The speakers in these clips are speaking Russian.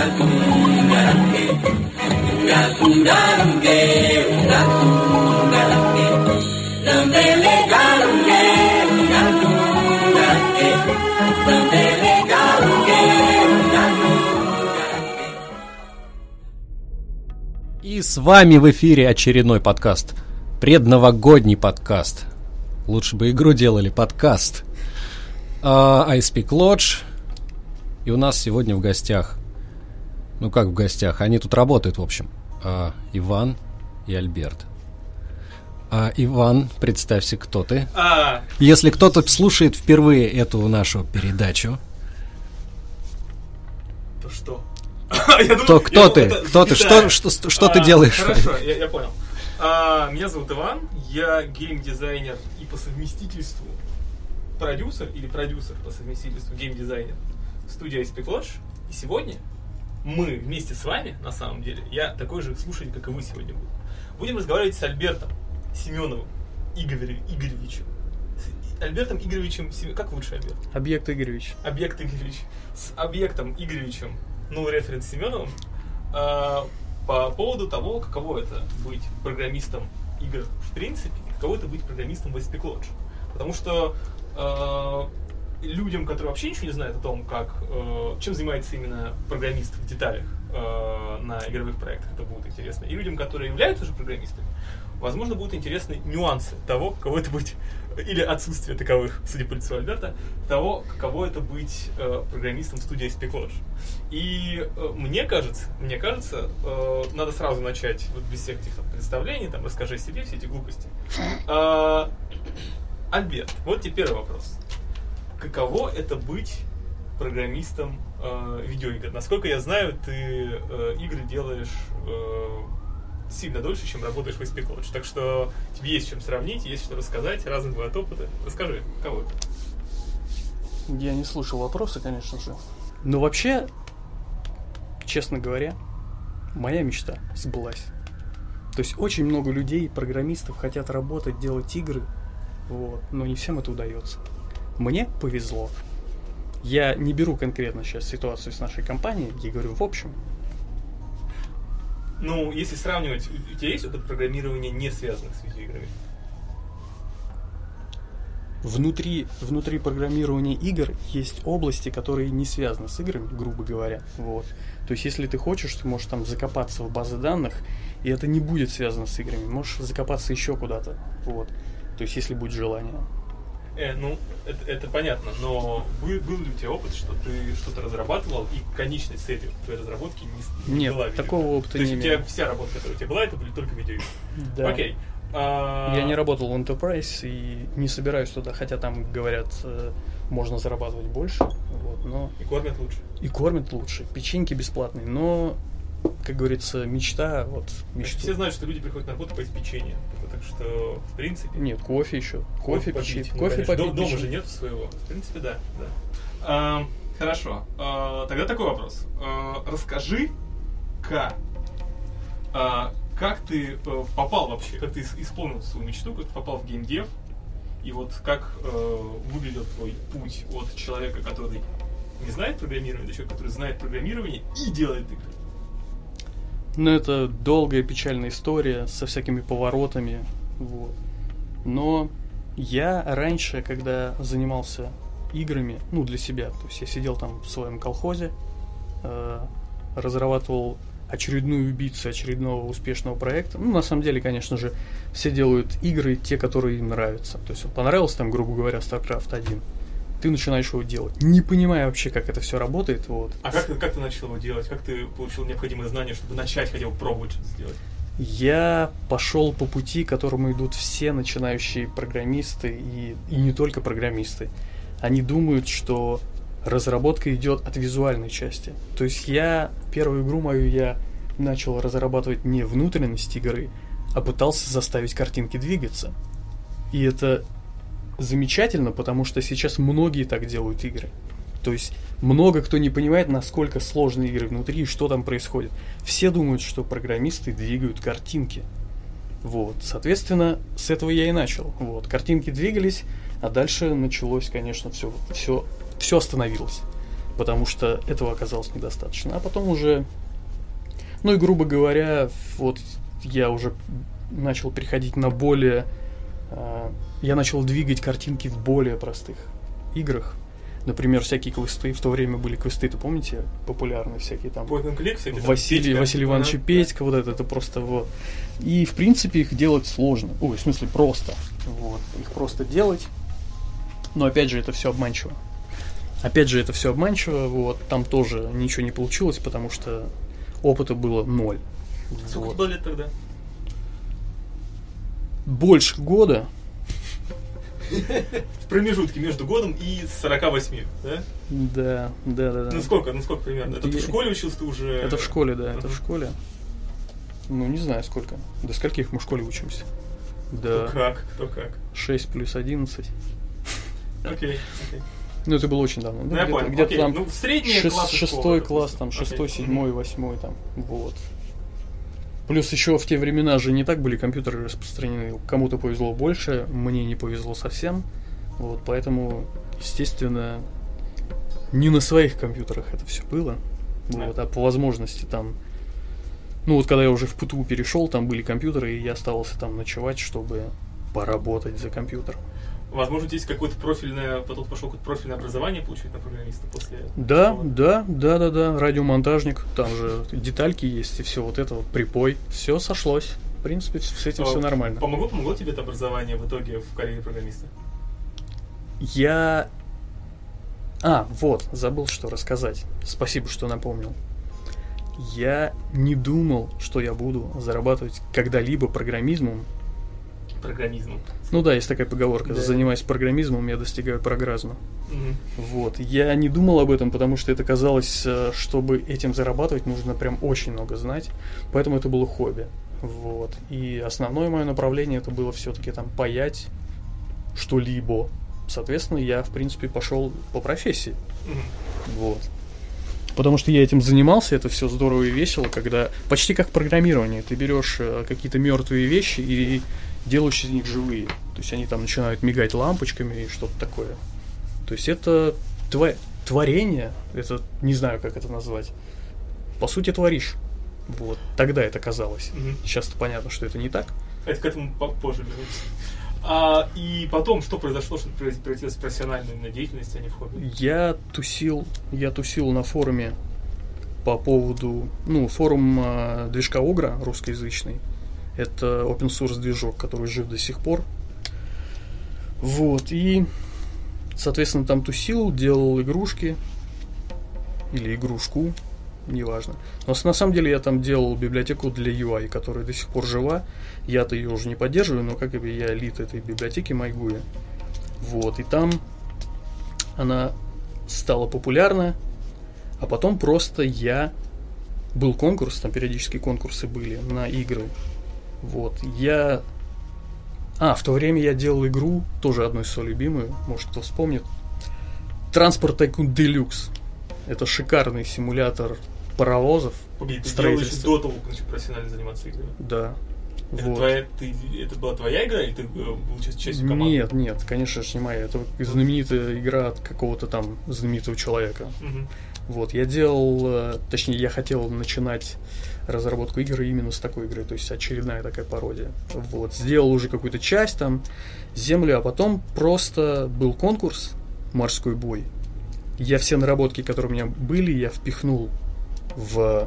И с вами в эфире очередной подкаст. Предновогодний подкаст. Лучше бы игру делали, подкаст. I Speak Lodge. И у нас сегодня в гостях, ну как в гостях, они тут работают, в общем, Иван и Альберт. Иван, представься, кто ты. Если кто-то слушает впервые эту нашу передачу, то что? То кто ты? Кто ты? Что ты делаешь? Хорошо, я понял. Меня зовут Иван, я геймдизайнер и по совместительству продюсер по совместительству геймдизайнер в студии I Speak Lodge. И сегодня мы вместе с вами, на самом деле, я такой же слушатель, как и вы сегодня будем разговаривать с Альбертом Семеновым Игоревичем. С Альбертом Игоревичем, как лучше, Альберт? Объект Игоревич. С объектом Игоревичем, референс Семеновым, по поводу того, каково это быть программистом игр в принципе, и каково это быть программистом в I Speak Lodge. Потому что людям, которые вообще ничего не знают о том, чем занимается именно программист в деталях на игровых проектах, это будет интересно. И людям, которые являются уже программистами, возможно, будут интересны нюансы того, каково это быть, или отсутствие таковых, судя по лицу Альберта, того, каково это быть программистом в студии I Speak Lodge. И мне кажется, надо сразу начать, вот без всех этих представлений, расскажи о себе, все эти глупости. Альберт, вот тебе первый вопрос. Каково это быть программистом видеоигр? Насколько я знаю, ты игры делаешь сильно дольше, чем работаешь в I Speak Lodge. Так что тебе есть чем сравнить, есть что рассказать, разных бывают опыты. Расскажи, каково это? Я не слушал вопросы, конечно же. Но вообще, честно говоря, моя мечта сбылась. То есть очень много людей, программистов хотят работать, делать игры, но не всем это удается. Мне повезло. Я не беру конкретно сейчас ситуацию с нашей компанией, я говорю в общем. Если сравнивать, у тебя есть опыт программирования, не связанных с видеоиграми? Внутри программирования игр есть области, которые не связаны с играми, грубо говоря. То есть, если ты хочешь, ты можешь там закопаться в базы данных, и это не будет связано с играми. Можешь закопаться еще куда-то. То есть, если будет желание. Это понятно, но был ли у тебя опыт, что ты что-то разрабатывал, и конечной целью твоей разработки не была видеоигра? Нет, такого опыта не имел. То есть, у тебя вся работа, которая у тебя была, это были только видеоигры? Да. Окей. Я не работал в Enterprise и не собираюсь туда, хотя там, говорят, можно зарабатывать больше. Но... И кормят лучше. И кормят лучше. Печеньки бесплатные, но, как говорится, мечта, мечту. Все знают, что люди приходят на работу поесть печенье. Так что, в принципе... Нет, кофе еще. Кофе попить. Кофе попить. Дома же нет своего. В принципе, да. Хорошо. Тогда такой вопрос. Расскажи, как ты попал вообще, как ты исполнил свою мечту, как ты попал в геймдев, и как выглядел твой путь от человека, который не знает программирование, до человека, который знает программирование и делает игры. Это долгая печальная история со всякими поворотами. Но я раньше, когда занимался играми, для себя, то есть я сидел там в своем колхозе, разрабатывал очередную убийцу очередного успешного проекта. На самом деле, конечно же, все делают игры, те, которые им нравятся. То есть понравился там, грубо говоря, StarCraft 1. Ты начинаешь его делать, не понимая вообще, как это все работает. А как ты начал его делать? Как ты получил необходимые знания, чтобы начать хотя бы пробовать что-то сделать? Я пошел по пути, к которому идут все начинающие программисты и не только программисты. Они думают, что разработка идет от визуальной части. То есть первую игру мою я начал разрабатывать не внутренность игры, а пытался заставить картинки двигаться. И это замечательно, потому что сейчас многие так делают игры. То есть много кто не понимает, насколько сложны игры внутри и что там происходит. Все думают, что программисты двигают картинки. Соответственно, с этого я и начал. Картинки двигались, а дальше началось, конечно, все остановилось. потому что этого оказалось недостаточно. А потом уже, ну и грубо говоря, вот я уже начал переходить на более... Я начал двигать картинки в более простых играх. Например, всякие квесты. В то время были квесты, ты помните, популярные всякие там. Point-and-click всякие. Василий Иванович Петька, вот это просто вот. И, в принципе, их делать сложно. Ой, в смысле, просто. Вот. Их просто делать. Но, опять же, это все обманчиво. Вот. Там тоже ничего не получилось, потому что опыта было 0. Сколько Вот. было лет тогда? Больше года. В промежутке между годом и 48, да? Да. Ну сколько примерно? Это ты в школе учился, ты уже... Это в школе, да, это в школе. Ну, не знаю сколько. До скольких мы в школе учимся? Кто как? 6 плюс 11. Окей. Ну, это было очень давно. Ну, я понял. Где-то там ну, средние классы шестой школы, класс, там, 6, 7, 8, там, вот. Плюс еще в те времена же не так были компьютеры распространены. Кому-то повезло больше, мне не повезло совсем. Вот, поэтому, естественно, не на своих компьютерах это все было. Вот, а по возможности там... Ну вот когда я уже в ПТУ перешел, там были компьютеры, и я остался там ночевать, чтобы поработать за компьютером. Возможно, здесь какое-то профильное, потом пошел какое-то профильное образование получить на программиста после... Да, радиомонтажник, там же детальки есть, и все вот это вот, припой, все сошлось. В принципе, с этим все нормально. Помогло тебе это образование в итоге в карьере программиста? Вот, забыл что рассказать. Спасибо, что напомнил. Я не думал, что я буду зарабатывать когда-либо программизмом. Ну да, есть такая поговорка: да. Занимаясь программизмом, я достигаю програзма. Угу. Вот. Я не думал об этом, потому что это казалось, чтобы этим зарабатывать, нужно прям очень много знать. Поэтому это было хобби. Вот. И основное мое направление это было все-таки там паять что-либо. Соответственно, я, в принципе, пошел по профессии. Вот. Потому что я этим занимался, это все здорово и весело, когда почти как программирование. Ты берешь какие-то мертвые вещи и делаешь из них живые. То есть они там начинают мигать лампочками и что-то такое. То есть это творение, это не знаю, как это назвать. По сути, творишь. Вот. Тогда это казалось. Сейчас-то понятно, что это не так. Это к этому позже вернемся. И потом, что произошло, что превратилось в профессиональную именно деятельность, а не в хобби? Я тусил на форуме по поводу, форум движка Огра русскоязычный. Это open source движок, который жив до сих пор. Вот, и, соответственно, там тусил, делал игрушки или игрушку, неважно. Но на самом деле я там делал библиотеку для UI, которая до сих пор жива. Я-то ее уже не поддерживаю, но как бы я лид этой библиотеки Майгуя. Вот, и там она стала популярна, а потом просто был конкурс, там периодически конкурсы были на игры. Вот, в то время я делал игру, тоже одну свою любимую, может кто вспомнит. Transport Tycoon Deluxe. Это шикарный симулятор паровозов. Погоди, ты делал еще до того, как начал профессионально заниматься играми? Да. Это была твоя игра, или ты был частью команды? Нет, конечно же не моя. Это знаменитая игра от какого-то там знаменитого человека. Вот, я хотел начинать разработку игры именно с такой игры, то есть очередная такая пародия. Вот, сделал уже какую-то часть там, землю, а потом просто был конкурс «Морской бой». Я все наработки, которые у меня были, я впихнул в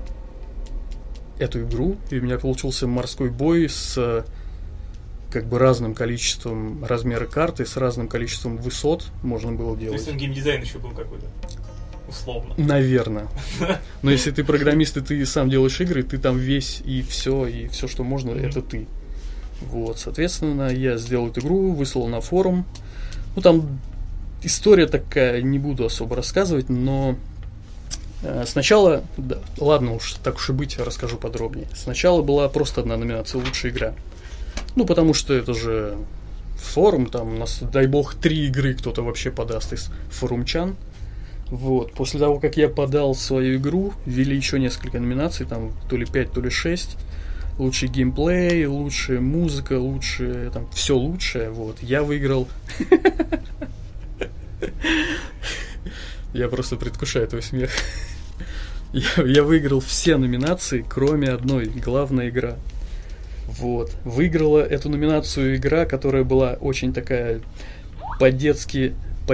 эту игру, и у меня получился морской бой с как бы разным количеством размера карты, с разным количеством высот можно было делать. То есть геймдизайн еще был какой-то? Условно. Наверное. Но если ты программист, и ты сам делаешь игры, ты там весь и все, что можно, это ты. Вот, соответственно, я сделал эту игру, выслал на форум. Там история такая, не буду особо рассказывать, но сначала, ладно уж, так уж и быть, расскажу подробнее. Сначала была просто одна номинация «Лучшая игра». Потому что это же форум, там у нас, дай бог, 3 игры кто-то вообще подаст из форумчан. Вот. После того, как я подал свою игру, ввели еще несколько номинаций, там то ли 5, то ли 6. Лучший геймплей, лучшая музыка, лучшее, там, все лучшее. Вот. Я выиграл Я просто предвкушаю твой смех. Я выиграл все номинации, кроме одной, главная игра. Вот. Выиграла эту номинацию игра, которая была очень такая по-детски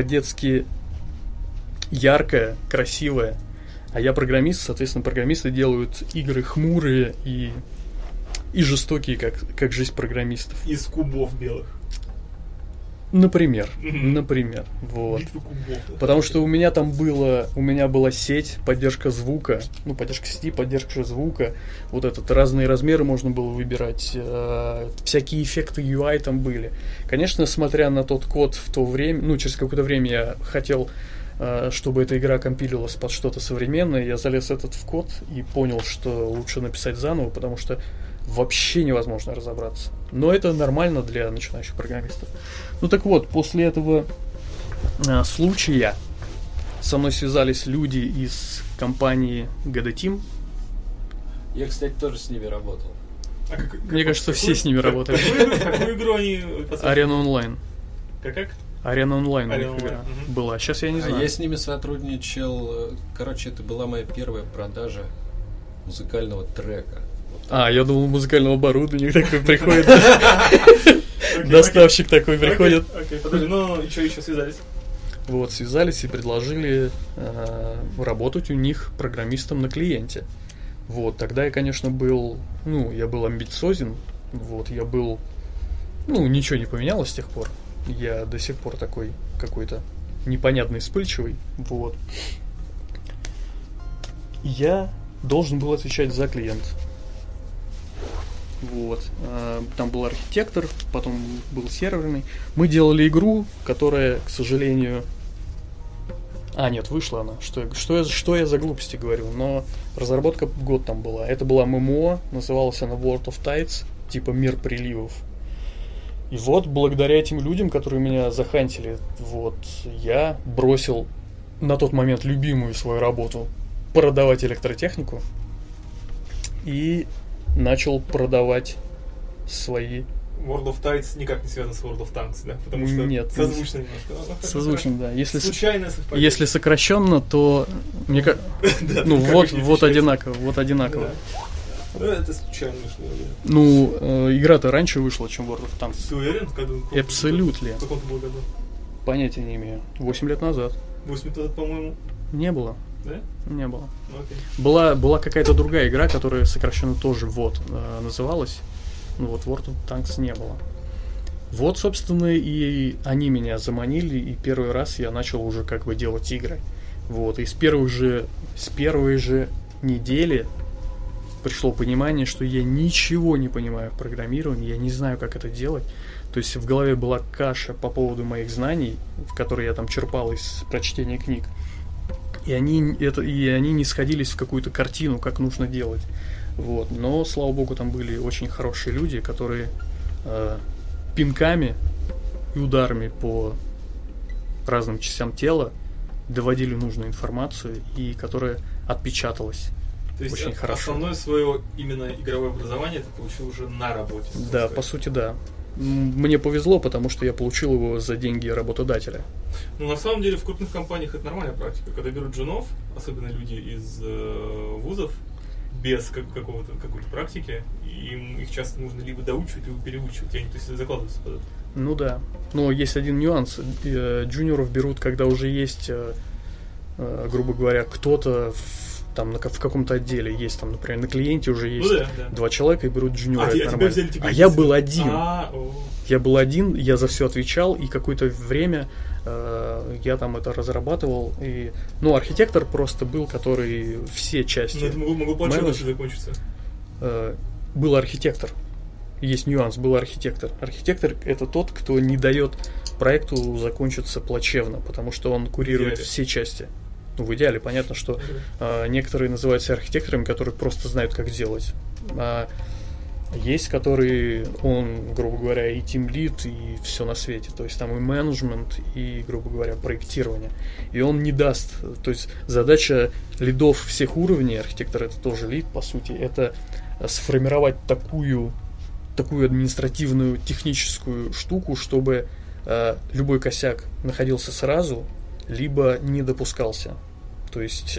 яркая, красивая. А я программист, соответственно, программисты делают игры хмурые и жестокие, как жизнь программистов. Из кубов белых. Например, вот. Битвы кубов. Потому что у меня была сеть, поддержка звука, поддержка сети, поддержка звука, вот разные размеры можно было выбирать, всякие эффекты UI там были. Конечно, смотря на тот код в то время, через какое-то время я хотел, чтобы эта игра компилилась под что-то современное, я залез в код и понял, что лучше написать заново, потому что вообще невозможно разобраться. Но это нормально для начинающих программистов. Так вот, после этого случая со мной связались люди из компании GD Team. Я, кстати, тоже с ними работал. Мне кажется, все с ними работали. Какую игру они... Arena Online. Как? Arena Online у них игра была. Сейчас я не знаю. Я с ними сотрудничал. Короче, это была моя первая продажа музыкального трека. Я думал, музыкального оборудования такой приходит. Доставщик такой приходит. Окей, подожди, и что, еще связались? Вот, связались и предложили работать у них программистом на клиенте. Вот, тогда я, конечно, был, я был амбициозен, вот, я был, ничего не поменялось с тех пор. Я до сих пор такой какой-то непонятный, вспыльчивый, вот. Я должен был отвечать за клиент. Вот. Там был архитектор, потом был серверный. Мы делали игру, которая, к сожалению... нет, вышла она. Что я за глупости говорю? Но разработка год там была. Это была ММО, называлась она World of Tides, типа Мир приливов. И вот, благодаря этим людям, которые меня захантили, вот, я бросил на тот момент любимую свою работу продавать электротехнику и начал продавать свои... World of Tides никак не связан с World of Tanks, да? Потому что нет, созвучно немножко. Созвучно, да. Случайное совпадение. Если сокращенно, то... мне кажется... вот одинаково. Это случайно вышло. Игра-то раньше вышла, чем World of Tanks. Ты уверен? Абсолютно. В каком-то было году? Понятия не имею. 8 лет назад. 8 лет назад, по-моему. Не было. Да? Не было. Окей. Была какая-то другая игра, которая сокращенно тоже называлась. World of Tanks не было. Вот, собственно, и они меня заманили, и первый раз я начал уже делать игры. Вот, и с первой же недели пришло понимание, что я ничего не понимаю в программировании, я не знаю, как это делать. То есть в голове была каша по поводу моих знаний, в которые я там черпал из прочтения книг. И они не сходились в какую-то картину, как нужно делать. Вот. Но, слава богу, там были очень хорошие люди, которые пинками и ударами по разным частям тела доводили нужную информацию, и которая отпечаталась. То есть очень хорошо. Основное свое именно игровое образование ты получил уже на работе? Да, по сути, да. Мне повезло, потому что я получил его за деньги работодателя. На самом деле в крупных компаниях это нормальная практика. Когда берут джунов, особенно люди из вузов, без какой-то практики, им их часто нужно либо доучивать, либо переучивать, то есть закладываться под это. Да. Но есть один нюанс. Джуниоров берут, когда уже есть, грубо говоря, кто-то в каком-то отделе есть, там, например, на клиенте уже есть 2 человека и берут джуниора. Я был один. Я был один, я за все отвечал, и какое-то время я там это разрабатывал. Архитектор просто был, который все части... это могло плачевно закончиться. Был архитектор. Есть нюанс, был архитектор. Архитектор — это тот, кто не дает проекту закончиться плачевно, потому что он курирует все части. В идеале понятно, что некоторые называются архитекторами, которые просто знают, как делать. А есть, которые, он, грубо говоря, и тимлид, и все на свете. То есть там и менеджмент, и, грубо говоря, проектирование. И он не даст. То есть задача лидов всех уровней, архитектор — это тоже лид, по сути, это сформировать такую административную, техническую штуку, чтобы любой косяк находился сразу, либо не допускался. То есть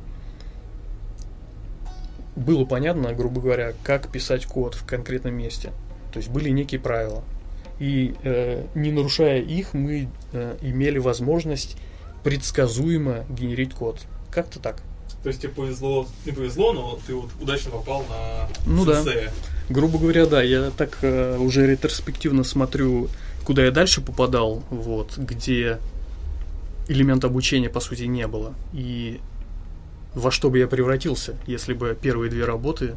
было понятно, грубо говоря, как писать код в конкретном месте. То есть были некие правила. И не нарушая их, мы имели возможность предсказуемо генерить код. Как-то так. То есть тебе повезло, не повезло, но ты вот удачно попал на сенсея. Да. Грубо говоря, да, я так уже ретроспективно смотрю, куда я дальше попадал, вот, где элемента обучения, по сути, не было. И во что бы я превратился, если бы первые 2 работы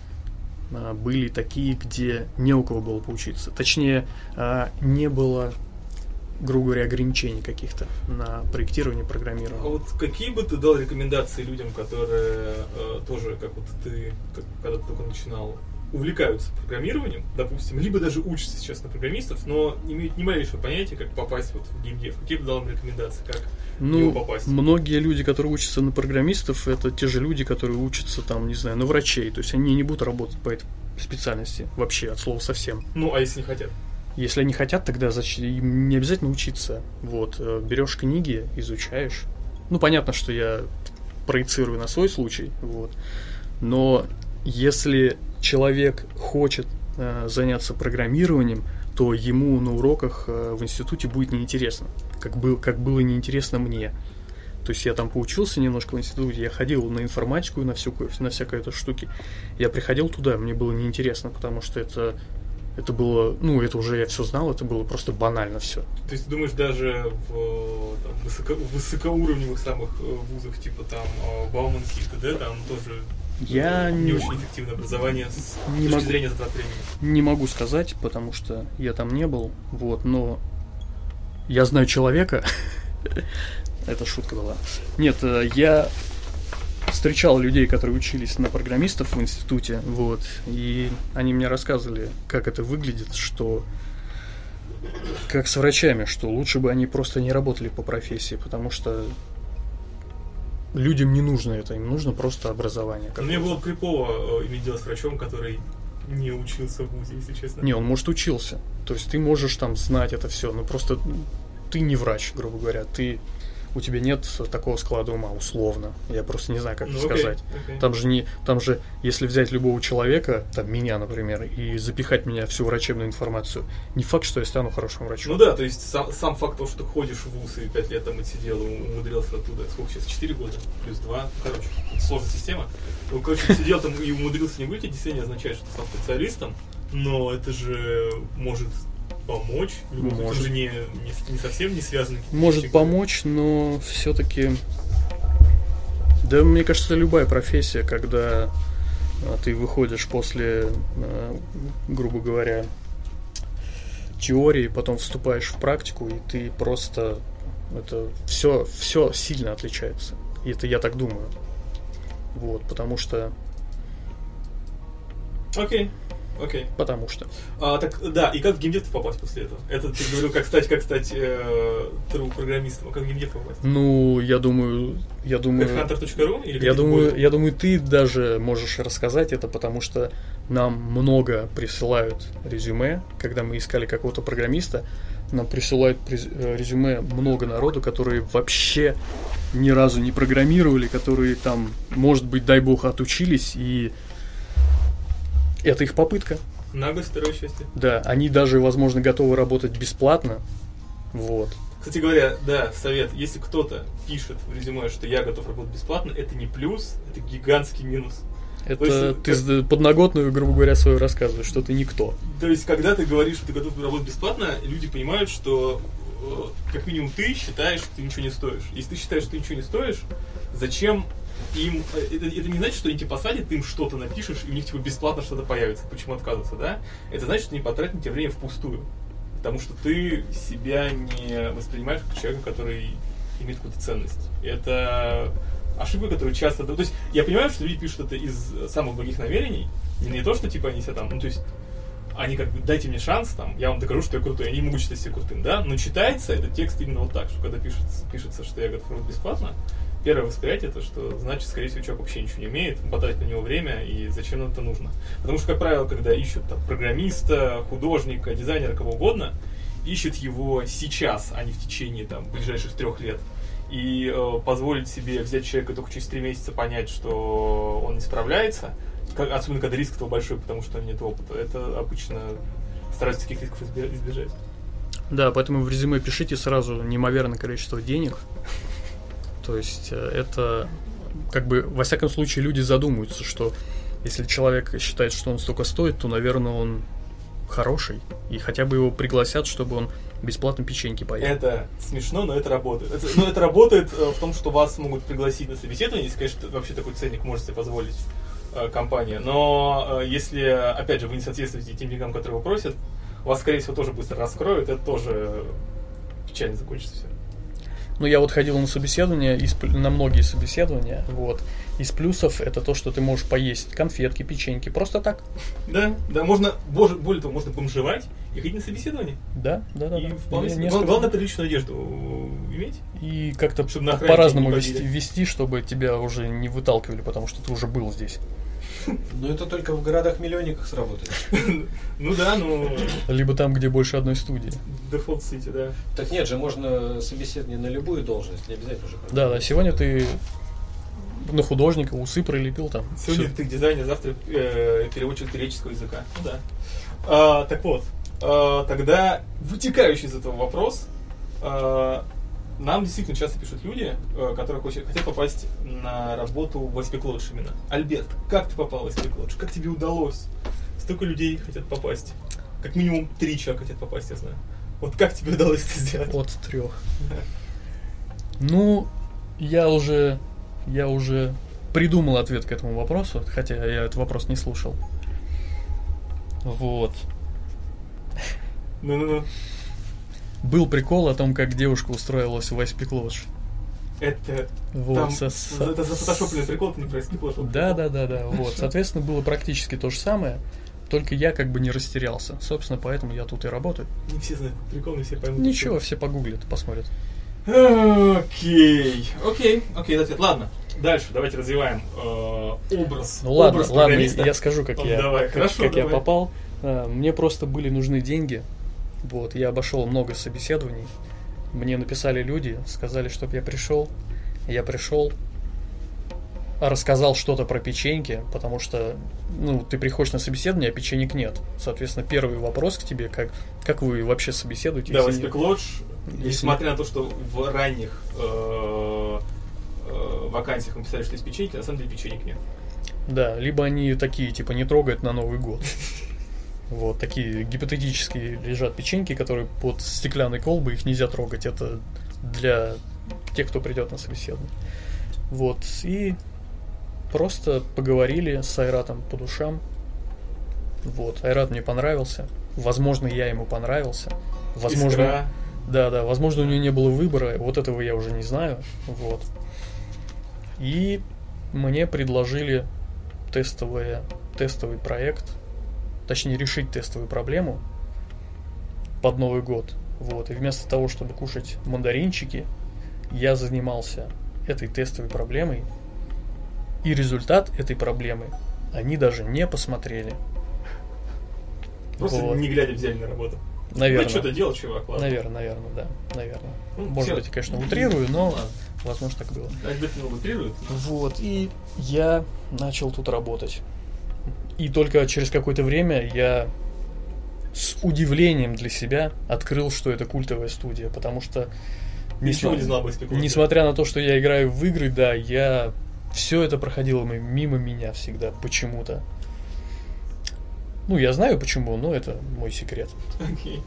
были такие, где не у кого было поучиться. Точнее, не было, грубо говоря, ограничений каких-то на проектирование, программирование. А вот какие бы ты дал рекомендации людям, которые тоже, как вот ты, когда ты только начинал, увлекаются программированием, допустим, либо даже учатся сейчас на программистов, но не имеют ни малейшего понятия, как попасть вот в геймдев? Какие бы дал им рекомендации, как в него попасть? Многие люди, которые учатся на программистов, это те же люди, которые учатся там, не знаю, на врачей. То есть они не будут работать по этой специальности вообще, от слова совсем. Ну, а если не хотят? Если они хотят, тогда им не обязательно учиться. Вот, берешь книги, изучаешь. Ну, понятно, что я проецирую на свой случай, вот. Но если человек хочет заняться программированием, то ему на уроках в институте будет неинтересно, как было неинтересно мне. То есть я там поучился немножко в институте, я ходил на информатику и на всякое это штуки. Я приходил туда, мне было неинтересно, потому что это было, ну, это уже я все знал, это было просто банально все. То есть ты думаешь, даже в высокоуровневых самых вузах, типа там Бауманки и т.д., там тоже не очень эффективное образование с точки зрения затрат времени? Не могу сказать, потому что я там не был, вот, но я знаю человека, это шутка была. Нет, я встречал людей, которые учились на программистов в институте, вот, и они мне рассказывали, как это выглядит, что как с врачами, что лучше бы они просто не работали по профессии, потому что людям не нужно это, им нужно просто образование. Мне было бы крипово иметь дело с врачом, который не учился в вузе, если честно. Не, он, может, учился. То есть ты можешь там знать это все, но просто ты не врач, грубо говоря, у тебя нет такого склада ума, условно. Я просто не знаю, как это сказать. Там же, если взять любого человека, там меня, например, и запихать меня всю врачебную информацию, не факт, что я стану хорошим врачом. Ну да, то есть сам факт того, что ты ходишь в вуз и 5 лет там отсидел, умудрился оттуда, сколько сейчас, 4 года, плюс 2, короче, сложная система. Ну, короче, сидел там и умудрился не вылететь, действительно означает, что ты стал специалистом, но это же может помочь, это же не совсем не связано. Может помочь, но все-таки, да, мне кажется, любая профессия, когда ты выходишь после, грубо говоря, теории, потом вступаешь в практику, и ты просто, это все сильно отличается. И это я так думаю. Вот, потому что... Окей. Потому что. Так, да, и как в геймдев попасть после этого? Это ты говорил, как стать программистом, а как в геймдев попасть? Ну, я думаю... Headhunter.ru? Я думаю, ты даже можешь рассказать это, потому что нам много присылают резюме, когда мы искали какого-то программиста, нам присылают резюме много народу, которые вообще ни разу не программировали, которые там, может быть, дай бог, отучились, и это их попытка. Наглость, второе счастье. Да, они даже, возможно, готовы работать бесплатно. Вот. Кстати говоря, да, совет, если кто-то пишет в резюме, что я готов работать бесплатно, это не плюс, это гигантский минус. Это ты подноготную, грубо говоря, свою рассказываешь, что ты никто. То есть, когда ты говоришь, что ты готов работать бесплатно, люди понимают, что как минимум ты считаешь, что ты ничего не стоишь. Если ты считаешь, что ты ничего не стоишь, зачем им... Это не значит, что они тебя посадят, ты им что-то напишешь, и у них типа бесплатно что-то появится. Почему отказываться, да? Это значит, что они потратят на тебя время впустую. Потому что ты себя не воспринимаешь как человека, который имеет какую-то ценность. Это ошибка, которую часто... То есть я понимаю, что люди пишут это из самых благих намерений, и не то, что типа они себя там... Ну, то есть они как бы, дайте мне шанс, там, я вам докажу, что я крутой. Они могут считать себя крутым, да? Но читается этот текст именно вот так, что когда пишется, что я готов работать бесплатно, первое восприятие это, что значит, скорее всего, человек вообще ничего не умеет, потратить на него время, и зачем нам это нужно. Потому что, как правило, когда ищут там программиста, художника, дизайнера, кого угодно, ищут его сейчас, а не в течение там ближайших 3 лет. и позволить себе взять человека только через 3 месяца понять, что он не справляется, особенно когда риск этого большой, потому что нет опыта, это обычно стараются таких рисков избежать. Да, поэтому в резюме пишите сразу неимоверное количество денег. То есть это, как бы, во всяком случае, люди задумаются, что если человек считает, что он столько стоит, то, наверное, он хороший, и хотя бы его пригласят, чтобы он бесплатно печеньки поел. Это смешно, но это работает. Это работает в том, что вас могут пригласить на собеседование, если, конечно, вообще такой ценник может себе позволить компания. Но если, опять же, вы не соответствуете тем деньгам, которые вы просят, вас, скорее всего, тоже быстро раскроют, это тоже печально закончится все. Ну, я вот ходил на собеседования, на многие собеседования, вот. Из плюсов это то, что ты можешь поесть конфетки, печеньки, просто так. Да, можно, более того, можно бомжевать и ходить на собеседование. Да. И вполне главное, приличную одежду иметь. И как-то по-разному вести, чтобы тебя уже не выталкивали, потому что ты уже был здесь. Ну, это только в городах-миллионниках сработает. Ну да, либо там, где больше одной студии. Дефолт Сити, да. Так нет же, можно собеседование на любую должность, не обязательно же. Да, сегодня ты на художника усы прилепил там. Сегодня ты дизайнер, завтра переводчик греческого языка. Ну да. Так вот, тогда вытекающий из этого вопрос. Нам действительно часто пишут люди, которые хотят попасть на работу в Aspic Lodge именно. Альберт, как ты попал в Aspic Lodge? Как тебе удалось? Столько людей хотят попасть. Как минимум 3 человека хотят попасть, я знаю. Вот как тебе удалось это сделать? От 3. Ну, я уже придумал ответ к этому вопросу, хотя я этот вопрос не слушал. Вот. Ну. Был прикол о том, как девушка устроилась в Aspic Lodge. Это вот, это зафотошопленный прикол, это не про Aspic Lodge. Да. Вот, соответственно, было практически то же самое, только я как бы не растерялся. Собственно, поэтому я тут и работаю. Не все знают прикол, не все поймут. Ничего, все погуглят, посмотрят. Окей, ответ. Ладно, дальше давайте развиваем образ. Ну ладно, я скажу, как я попал. Мне просто были нужны деньги. Вот, я обошел много собеседований. Мне написали люди, сказали, чтобы я пришел. Я пришел, рассказал что-то про печеньки, потому что, ты приходишь на собеседование, а печенек нет. Соответственно, первый вопрос к тебе, как вы вообще собеседуете? Да, в Aspic Lodge, несмотря на то, что в ранних вакансиях мы писали, что есть печеньки, на самом деле печенек нет. Да, либо они такие, типа, не трогают на Новый год. Вот, такие гипотетические лежат печеньки, которые под стеклянной колбой, их нельзя трогать. Это для тех, кто придет на собеседование. Вот, и просто поговорили с Айратом по душам. Вот, Айрат мне понравился. Возможно, я ему понравился. Возможно, возможно, у него не было выбора. Вот этого я уже не знаю. Вот. И мне предложили тестовый проект. Точнее, решить тестовую проблему под Новый год. Вот. И вместо того, чтобы кушать мандаринчики, я занимался этой тестовой проблемой. И результат этой проблемы они даже не посмотрели. Просто не глядя взяли на работу. Наверное. Ну, что-то делал, чувак, ладно. Наверное, да. Может быть, я, конечно, утрирую, но возможно, так было. Обязательно утрирует. Вот. И я начал тут работать. И только через какое-то время я с удивлением для себя открыл, что это культовая студия, потому что ничего не знал об Aspic Lodge. Несмотря на то, что я играю в игры, да, все это проходило мимо меня всегда почему-то. Я знаю почему, но это мой секрет. Окей.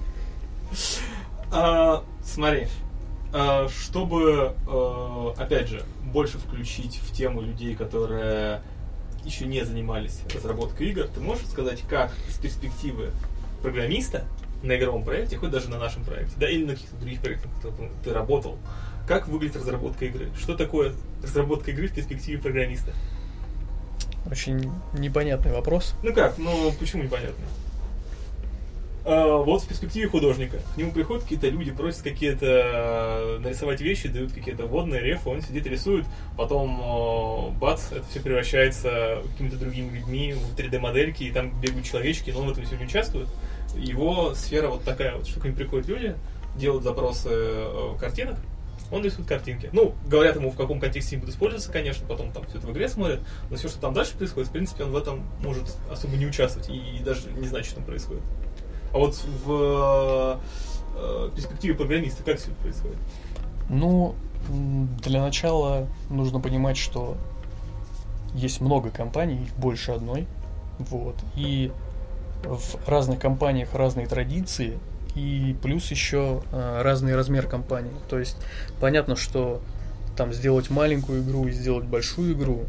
Смотри, чтобы, опять же, больше включить в тему людей, которые еще не занимались разработкой игр, ты можешь сказать, как с перспективы программиста на игровом проекте, хоть даже на нашем проекте, да, или на каких-то других проектах, в которых ты работал, как выглядит разработка игры? Что такое разработка игры в перспективе программиста? Очень непонятный вопрос. Почему непонятный? Вот в перспективе художника. К нему приходят какие-то люди, просят какие-то нарисовать вещи, дают какие-то водные рефы, он сидит, рисует, потом бац, это все превращается какими-то другими людьми в 3D-модельки, и там бегают человечки, но он в этом все не участвует. Его сфера вот такая вот, что к ним приходят люди, делают запросы картинок, Он рисует картинки. Ну, говорят ему, в каком контексте они будут использоваться, конечно, потом там все это в игре смотрят, но все, что там дальше происходит, в принципе, он в этом может особо не участвовать и даже не знать, что там происходит. А вот в перспективе программиста как все это происходит? Ну, для начала нужно понимать, что есть много компаний, их больше одной, вот, и в разных компаниях разные традиции, и плюс еще разный размер компании. То есть понятно, что там сделать маленькую игру и сделать большую игру,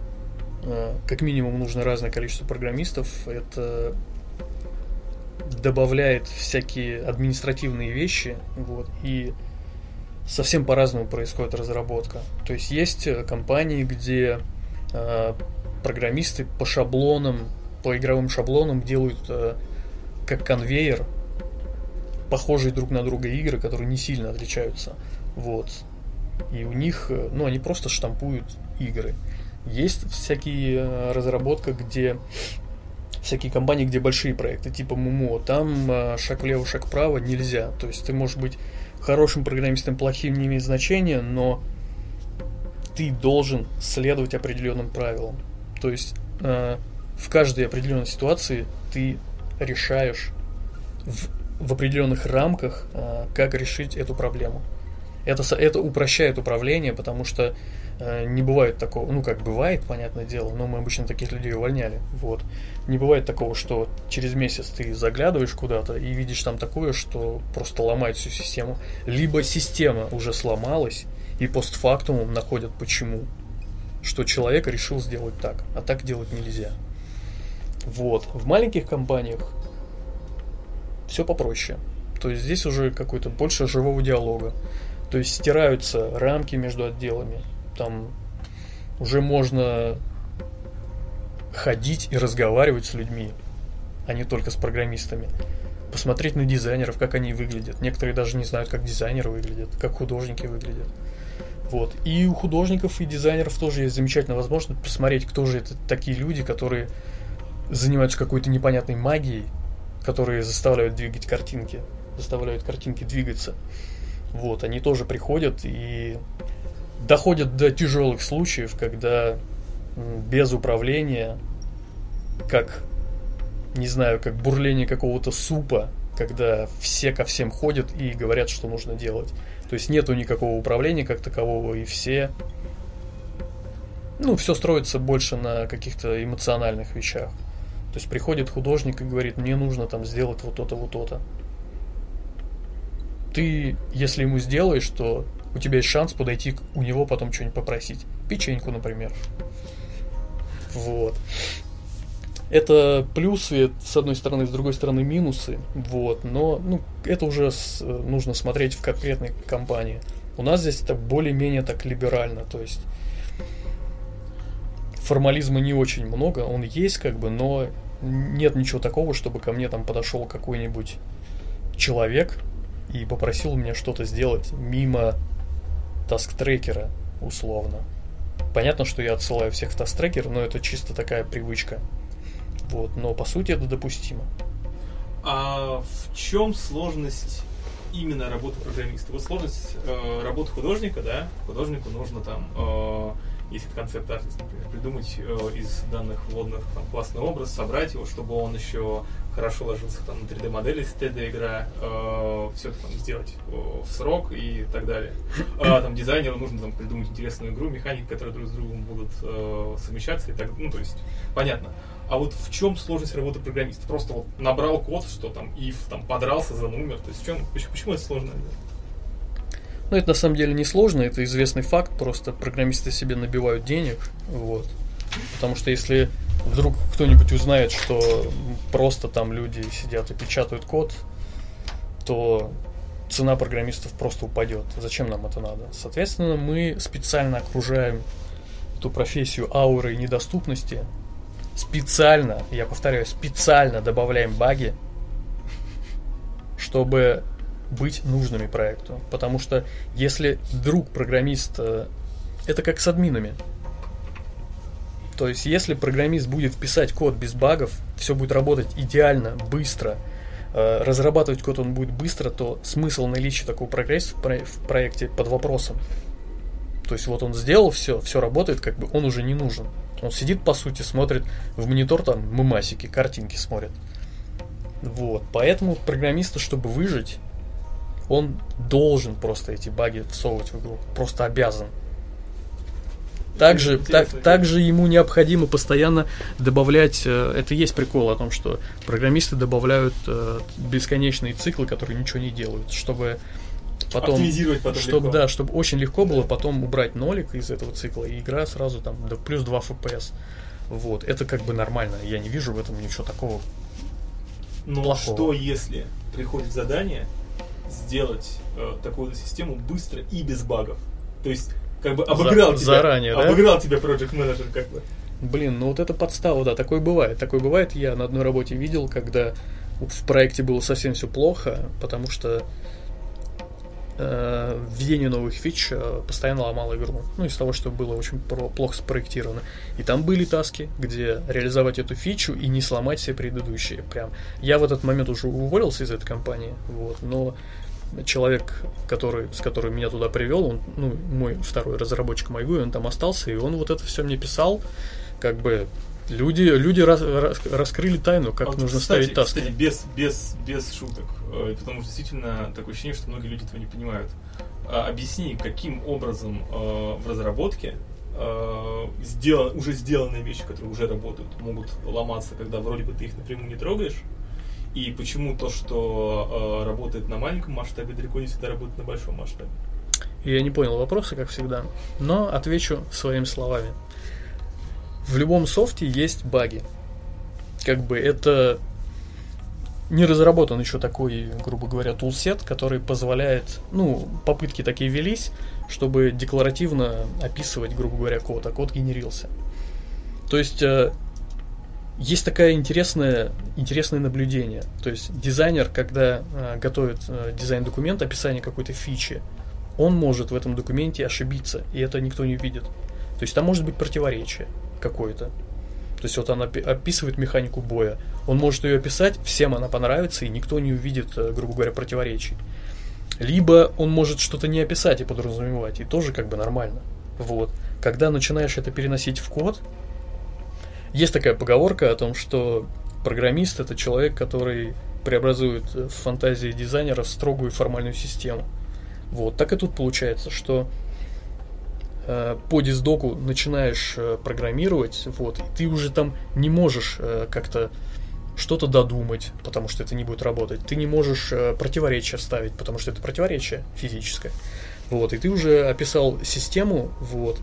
как минимум нужно разное количество программистов. Это добавляет всякие административные вещи, вот, и совсем по-разному происходит разработка. То есть есть компании, где программисты по шаблонам, по игровым шаблонам делают как конвейер похожие друг на друга игры, которые не сильно отличаются. Вот. И у них, ну, они просто штампуют игры. Есть всякие разработка, где всякие компании, где большие проекты, типа МУМО, там шаг влево, шаг вправо нельзя. То есть ты можешь быть хорошим программистом, плохим не имеет значения, но ты должен следовать определенным правилам. То есть в каждой определенной ситуации ты решаешь в определенных рамках, как решить эту проблему. Это упрощает управление, потому что не бывает такого, ну как бывает, понятное дело, но мы обычно таких людей увольняли. Вот. Не бывает такого, что через месяц ты заглядываешь куда-то и видишь там такое, что просто ломает всю систему. Либо система уже сломалась, и постфактумом находят почему. Что человек решил сделать так, а так делать нельзя. Вот. В маленьких компаниях все попроще. То есть здесь уже какой-то больше живого диалога. То есть стираются рамки между отделами. Там уже можно ходить и разговаривать с людьми, а не только с программистами. Посмотреть на дизайнеров, как они выглядят. Некоторые даже не знают, как дизайнеры выглядят, как художники выглядят. Вот. И у художников и дизайнеров тоже есть замечательная возможность посмотреть, кто же это такие люди, которые занимаются какой-то непонятной магией, которые заставляют двигать картинки, заставляют картинки двигаться. Вот, они тоже приходят и доходят до тяжелых случаев, когда без управления, как, не знаю, как бурление какого-то супа, когда все ко всем ходят и говорят, что нужно делать. То есть нету никакого управления как такового, и все строится больше на каких-то эмоциональных вещах. То есть приходит художник и говорит, мне нужно там сделать вот то-то, вот то-то. Ты, если ему сделаешь, то у тебя есть шанс подойти у него потом что-нибудь попросить. Печеньку, например. Вот. Это плюсы, с одной стороны, с другой стороны минусы. Вот. Но это уже нужно смотреть в конкретной компании. У нас здесь это более-менее так либерально. То есть формализма не очень много. Он есть но нет ничего такого, чтобы ко мне там подошел какой-нибудь человек и попросил у меня что-то сделать мимо таск-трекера, условно. Понятно, что я отсылаю всех в таск-трекер, но это чисто такая привычка. Вот, но по сути это допустимо. А в чем сложность именно работы программиста? Вот сложность работы художника, да? Художнику нужно там, если это концепт-артист, например, придумать из данных вводных там, классный образ, собрать его, чтобы он еще хорошо ложился там, на 3D-модели, если 3D-игра, все это там сделать в срок и так далее. Там дизайнеру нужно там, придумать интересную игру, механики, которые друг с другом будут совмещаться и так, то есть, понятно. А вот в чем сложность работы программиста? Просто вот набрал код, что там if там подрался за номер, то есть в чем, почему это сложно? Это на самом деле не сложно, это известный факт, просто программисты себе набивают денег, вот. Потому что если вдруг кто-нибудь узнает, что просто там люди сидят и печатают код, то цена программистов просто упадет. Зачем нам это надо? Соответственно, мы специально окружаем эту профессию аурой недоступности, специально, я повторяю, специально добавляем баги, чтобы быть нужными проекту. Потому что если вдруг программист... Это как с админами. То есть если программист будет писать код без багов, все будет работать идеально, быстро, разрабатывать код он будет быстро, то смысл наличия такого прогресса в проекте под вопросом. То есть вот он сделал все работает, как бы он уже не нужен. Он сидит, по сути, смотрит в монитор, там, мемасики, картинки смотрит. Вот. Поэтому программисту, чтобы выжить, он должен просто эти баги всовывать в игру. Просто обязан. Также ему необходимо постоянно добавлять, это и есть прикол о том, что программисты добавляют бесконечные циклы, которые ничего не делают, чтобы потом, чтобы очень легко было потом убрать нолик из этого цикла, и игра сразу там плюс 2 FPS. Вот, это как бы нормально, я не вижу в этом ничего такого плохого. Что если приходит задание сделать такую систему быстро и без багов? То есть как бы обыграл тебя Project Manager, как бы. Блин, ну вот это подстава, да, такое бывает. Такое бывает, я на одной работе видел, когда в проекте было совсем все плохо, потому что введение новых фич постоянно ломало игру. Ну, из того, что было очень плохо спроектировано. И там были таски, где реализовать эту фичу и не сломать все предыдущие. Прям. Я в этот момент уже уволился из этой компании, вот, но человек, с которым меня туда привел, он, мой второй разработчик MyGUI, он там остался, и он вот это все мне писал, как бы люди раскрыли тайну, как нужно ставить таски. Кстати, без шуток, потому что действительно такое ощущение, что многие люди этого не понимают. Объясни, каким образом в разработке уже сделанные вещи, которые уже работают, могут ломаться, когда вроде бы ты их напрямую не трогаешь. И почему то, что работает на маленьком масштабе, далеко не всегда работает на большом масштабе? Я не понял вопроса, как всегда, но отвечу своими словами. В любом софте есть баги. Как бы это не разработан еще такой, грубо говоря, тулсет, который позволяет, попытки такие велись, чтобы декларативно описывать, грубо говоря, код, а код генерился. То есть есть такое интересное наблюдение. То есть дизайнер, когда готовит дизайн-документ, описание какой-то фичи, он может в этом документе ошибиться, и это никто не видит. То есть там может быть противоречие какое-то. То есть вот он описывает механику боя. Он может ее описать, всем она понравится, и никто не увидит, грубо говоря, противоречий. Либо он может что-то не описать и подразумевать, и тоже как бы нормально. Вот. Когда начинаешь это переносить в код, есть такая поговорка о том, что программист — это человек, который преобразует в фантазии дизайнера строгую формальную систему. Вот. Так и тут получается, что по диздоку начинаешь программировать, вот, и ты уже там не можешь как-то что-то додумать, потому что это не будет работать. Ты не можешь противоречия ставить, потому что это противоречие физическое. Вот, и ты уже описал систему, вот,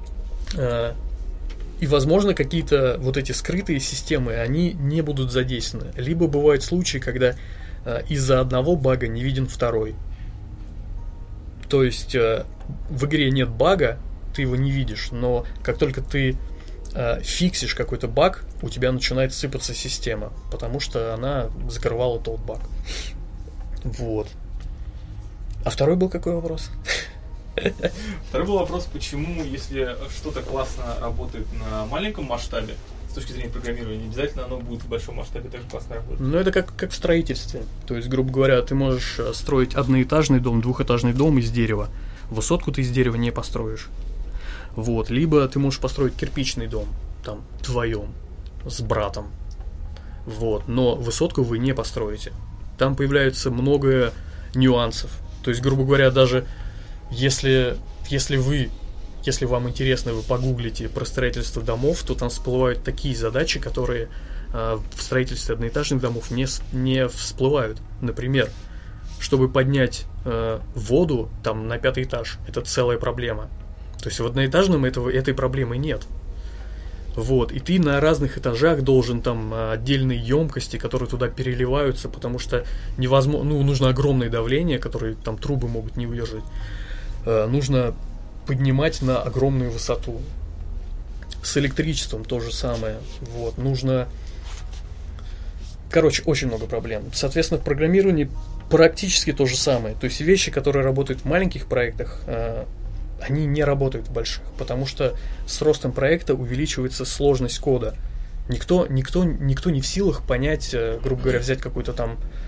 и, возможно, какие-то вот эти скрытые системы, они не будут задействованы. Либо бывают случаи, когда из-за одного бага не виден второй. То есть в игре нет бага, ты его не видишь, но как только ты фиксишь какой-то баг, у тебя начинает сыпаться система, потому что она закрывала тот баг. Вот. А второй был какой вопрос? Второй был вопрос, почему, если что-то классно работает на маленьком масштабе, с точки зрения программирования, не обязательно оно будет в большом масштабе также классно работать. Ну, это как в строительстве. То есть, грубо говоря, ты можешь строить одноэтажный дом, двухэтажный дом из дерева. Высотку ты из дерева не построишь. Вот. Либо ты можешь построить кирпичный дом, там, вдвоем, с братом. Вот. Но высотку вы не построите. Там появляется много нюансов. То есть, грубо говоря, даже если вам интересно, вы погуглите про строительство домов, то там всплывают такие задачи, которые в строительстве одноэтажных домов не всплывают. Например, чтобы поднять воду там на 5-й этаж, это целая проблема. То есть в одноэтажном этой проблемы нет. Вот, и ты на разных этажах должен там отдельные емкости, которые туда переливаются, потому что невозможно, нужно огромное давление, которое там трубы могут не выдержать. Нужно поднимать на огромную высоту. С электричеством то же самое. Вот, нужно... Короче, очень много проблем. Соответственно, в программировании практически то же самое. То есть вещи, которые работают в маленьких проектах, они не работают в больших, потому что с ростом проекта увеличивается сложность кода. Никто не в силах понять, грубо говоря, взять какой-то там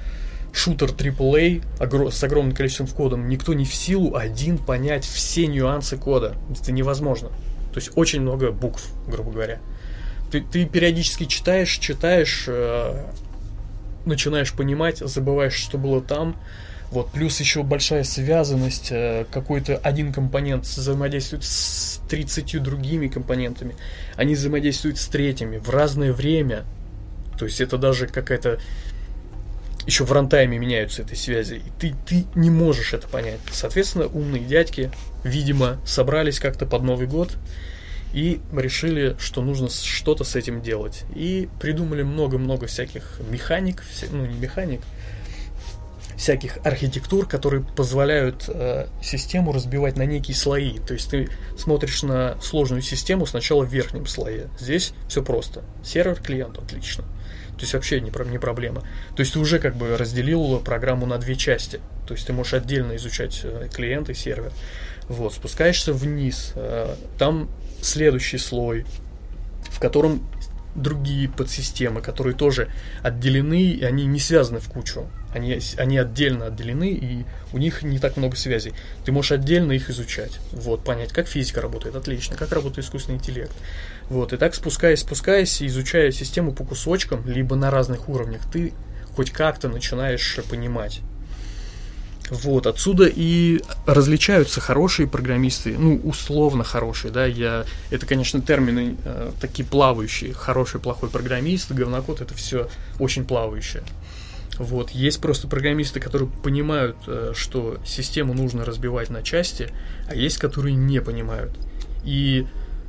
шутер AAA с огромным количеством кодом, никто не в силу один понять все нюансы кода. Это невозможно. То есть очень много букв, грубо говоря. Ты периодически читаешь, начинаешь понимать, забываешь, что было там. Вот, плюс еще большая связанность, какой-то один компонент взаимодействует с 30 другими компонентами, они взаимодействуют с третьими в разное время, то есть это даже какая-то, еще в рантайме меняются этой связи, и ты не можешь это понять. Соответственно, умные дядьки, видимо, собрались как-то под Новый год и решили, что нужно что-то с этим делать, и придумали много-много всяких механик, не механик, всяких архитектур, которые позволяют систему разбивать на некие слои. То есть ты смотришь на сложную систему сначала в верхнем слое. Здесь все просто. Сервер, клиент, отлично. То есть вообще не проблема. То есть ты уже как бы разделил программу на две части. То есть ты можешь отдельно изучать клиент и сервер. Вот, спускаешься вниз. Там следующий слой, в котором другие подсистемы, которые тоже отделены, и они не связаны в кучу. Они отдельно отделены, и у них не так много связей. Ты можешь отдельно их изучать. Вот, понять, как физика работает, отлично, как работает искусственный интеллект. Вот, и так спускаясь, изучая систему по кусочкам, либо на разных уровнях, ты хоть как-то начинаешь понимать. Вот, отсюда и различаются хорошие программисты, условно хорошие, да, это, конечно, термины такие плавающие, хороший, плохой программист, говнокод, это все очень плавающее. Вот, есть просто программисты, которые понимают, что систему нужно разбивать на части, а есть, которые не понимают. И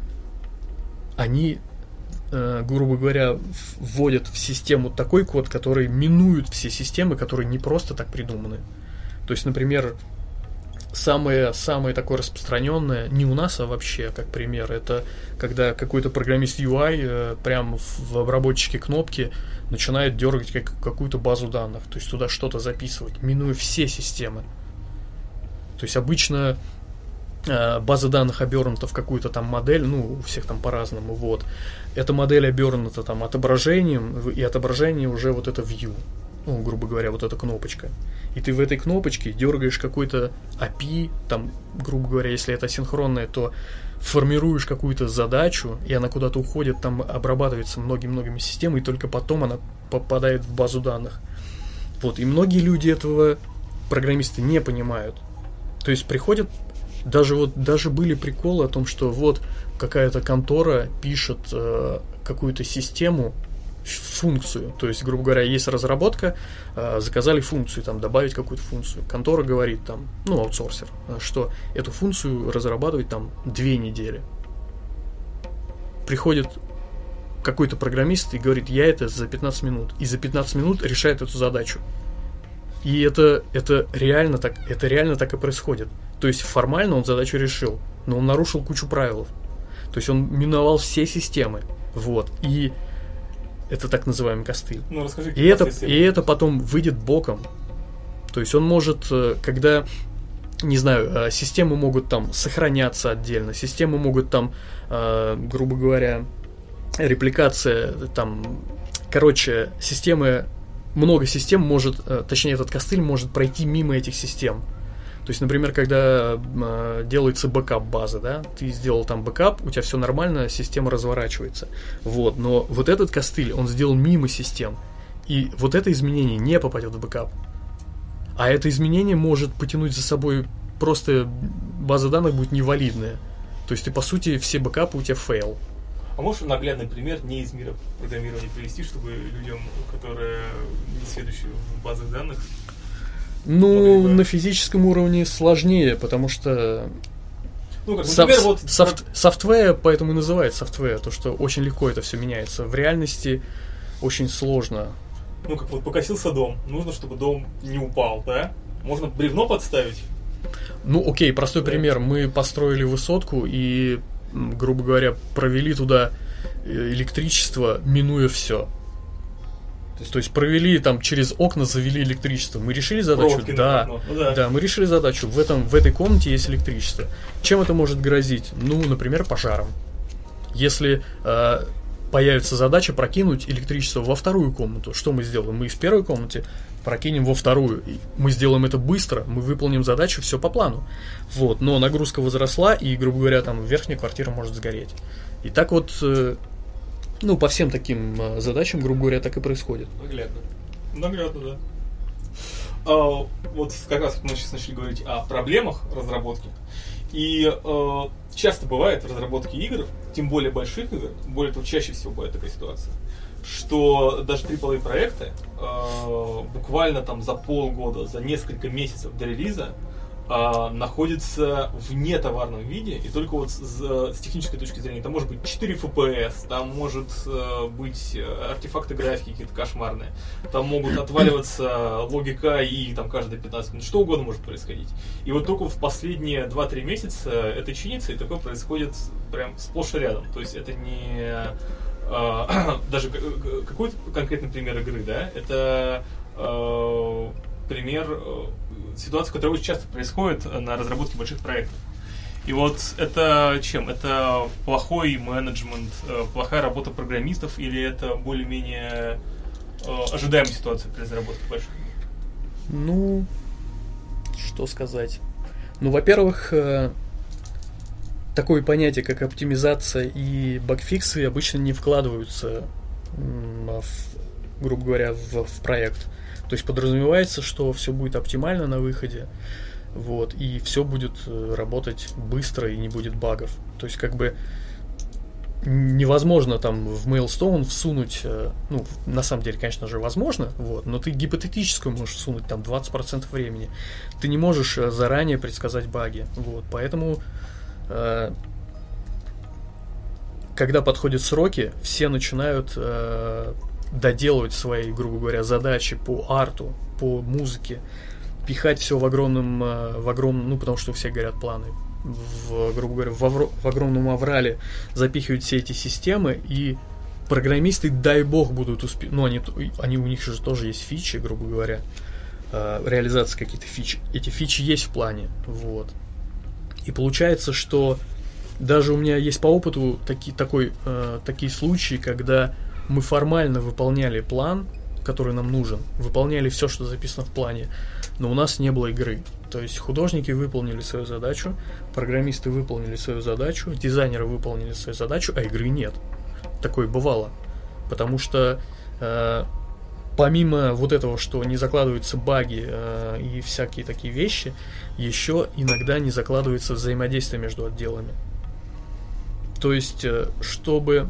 они, грубо говоря, вводят в систему такой код, который минует все системы, которые не просто так придуманы. То есть, например, самое такое распространенное, не у нас, а вообще, как пример, это когда какой-то программист UI прямо в обработчике кнопки начинает дергать какую-то базу данных, то есть туда что-то записывать, минуя все системы. То есть обычно база данных обернута в какую-то там модель, у всех там по-разному, вот. Эта модель обернута там отображением, и отображение уже вот это view. Грубо говоря, вот эта кнопочка. И ты в этой кнопочке дергаешь какой-то API, там, грубо говоря, если это асинхронное, то формируешь какую-то задачу, и она куда-то уходит, там обрабатывается многими системами, и только потом она попадает в базу данных. Вот, и многие люди этого, программисты, не понимают. То есть приходят, даже были приколы о том, что вот какая-то контора пишет какую-то систему, функцию, то есть, грубо говоря, есть разработка, заказали функцию, там, добавить какую-то функцию. Контора говорит, там, аутсорсер, что эту функцию разрабатывать там 2 недели. Приходит какой-то программист и говорит, я это за 15 минут. И за 15 минут решает эту задачу. И это реально так и происходит. То есть формально он задачу решил, но он нарушил кучу правил. То есть он миновал все системы. Вот. И это так называемый костыль. Расскажи, и это потом выйдет боком. То есть он может, когда, не знаю, системы могут там сохраняться отдельно, системы могут там, грубо говоря, репликация, там, много систем может, точнее, этот костыль может пройти мимо этих систем. То есть, например, когда делается бэкап базы, да, ты сделал там бэкап, у тебя все нормально, система разворачивается. Вот, но вот этот костыль, он сделал мимо систем. И вот это изменение не попадет в бэкап. А это изменение может потянуть за собой просто база данных будет невалидная. То есть ты, по сути, все бэкапы у тебя фейл. А можешь наглядный пример не из мира программирования привести, чтобы людям, которые не сведущие в базах данных, на физическом уровне сложнее, потому что софтвер, поэтому и называется софтвер, то, что очень легко это все меняется. В реальности очень сложно. Покосился дом, нужно, чтобы дом не упал, да? Можно бревно подставить? Окей, простой пример. Мы построили высотку и, грубо говоря, провели туда электричество, минуя все. То есть провели там через окна, завели электричество. Мы решили задачу? Да, мы решили задачу. В этой комнате есть электричество. Чем это может грозить? Например, пожаром. Если появится задача прокинуть электричество во вторую комнату. Что мы сделаем? Мы из первой комнаты прокинем во вторую. И мы сделаем это быстро, мы выполним задачу, все по плану. Вот. Но нагрузка возросла, и, грубо говоря, там верхняя квартира может сгореть. И так вот, по всем таким задачам, грубо говоря, так и происходит. Наглядно, да. Вот как раз мы сейчас начали говорить о проблемах разработки. И часто бывает в разработке игр, тем более больших игр, более того, чаще всего бывает такая ситуация, что даже AAA проекты буквально там за полгода, за несколько месяцев до релиза находится в нетоварном виде, и только вот с технической точки зрения, там может быть 4 FPS, там может быть артефакты графики какие-то кошмарные, там могут отваливаться логика и там каждые 15 минут, что угодно может происходить. И вот только в последние 2-3 месяца это чинится, и такое происходит прям сплошь и рядом. То есть это не даже какой-то конкретный пример игры, да, это пример ситуации, которая очень часто происходит на разработке больших проектов. И вот это чем? Это плохой менеджмент, плохая работа программистов, или это более-менее ожидаемая ситуация при разработке больших игр? Что сказать? Во-первых, такое понятие, как оптимизация и багфиксы, обычно не вкладываются, грубо говоря, в проект. То есть подразумевается, что все будет оптимально на выходе, вот, и все будет работать быстро и не будет багов. То есть невозможно там в Mailstone всунуть, на самом деле, конечно же, возможно, вот, но ты гипотетическую можешь всунуть там 20% времени. Ты не можешь заранее предсказать баги. Вот, поэтому, когда подходят сроки, все начинают доделывать свои, грубо говоря, задачи по арту, по музыке, пихать все в огромном, потому что у всех горят планы, грубо говоря, в огромном аврале запихивают все эти системы, и программисты, дай бог, будут успеть, они у них же тоже есть фичи, грубо говоря, реализация каких-то фич, эти фичи есть в плане, вот. И получается, что даже у меня есть по опыту такие случаи, когда мы формально выполняли план, который нам нужен, выполняли все, что записано в плане, но у нас не было игры. То есть художники выполнили свою задачу, программисты выполнили свою задачу, дизайнеры выполнили свою задачу, а игры нет. Такое бывало. Потому что помимо вот этого, что не закладываются баги и всякие такие вещи, еще иногда не закладывается взаимодействие между отделами. То есть, чтобы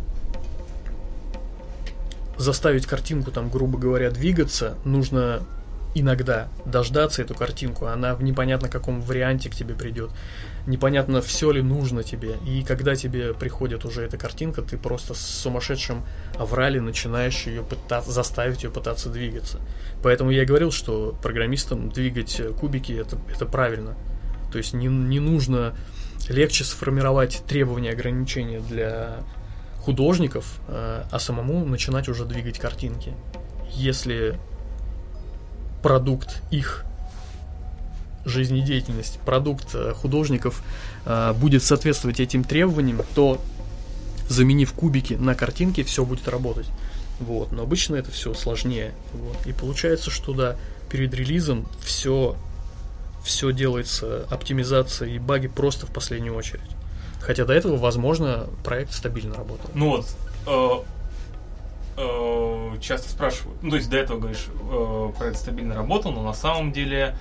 заставить картинку, там, грубо говоря, двигаться, нужно иногда дождаться эту картинку. Она в непонятно каком варианте к тебе придет. Непонятно, все ли нужно тебе. И когда тебе приходит уже эта картинка, ты просто с сумасшедшим аврале начинаешь заставить ее пытаться двигаться. Поэтому я и говорил, что программистам двигать кубики это правильно. То есть не нужно, легче сформировать требования, ограничения для художников, а самому начинать уже двигать картинки. Если продукт их жизнедеятельности, продукт художников будет соответствовать этим требованиям, то, заменив кубики на картинки, все будет работать. Вот. Но обычно это все сложнее. Вот. И получается, что да, перед релизом все делается, оптимизация и баги просто в последнюю очередь. Хотя до этого, возможно, проект стабильно работал. Часто спрашивают, то есть до этого, говоришь, проект стабильно работал, но на самом деле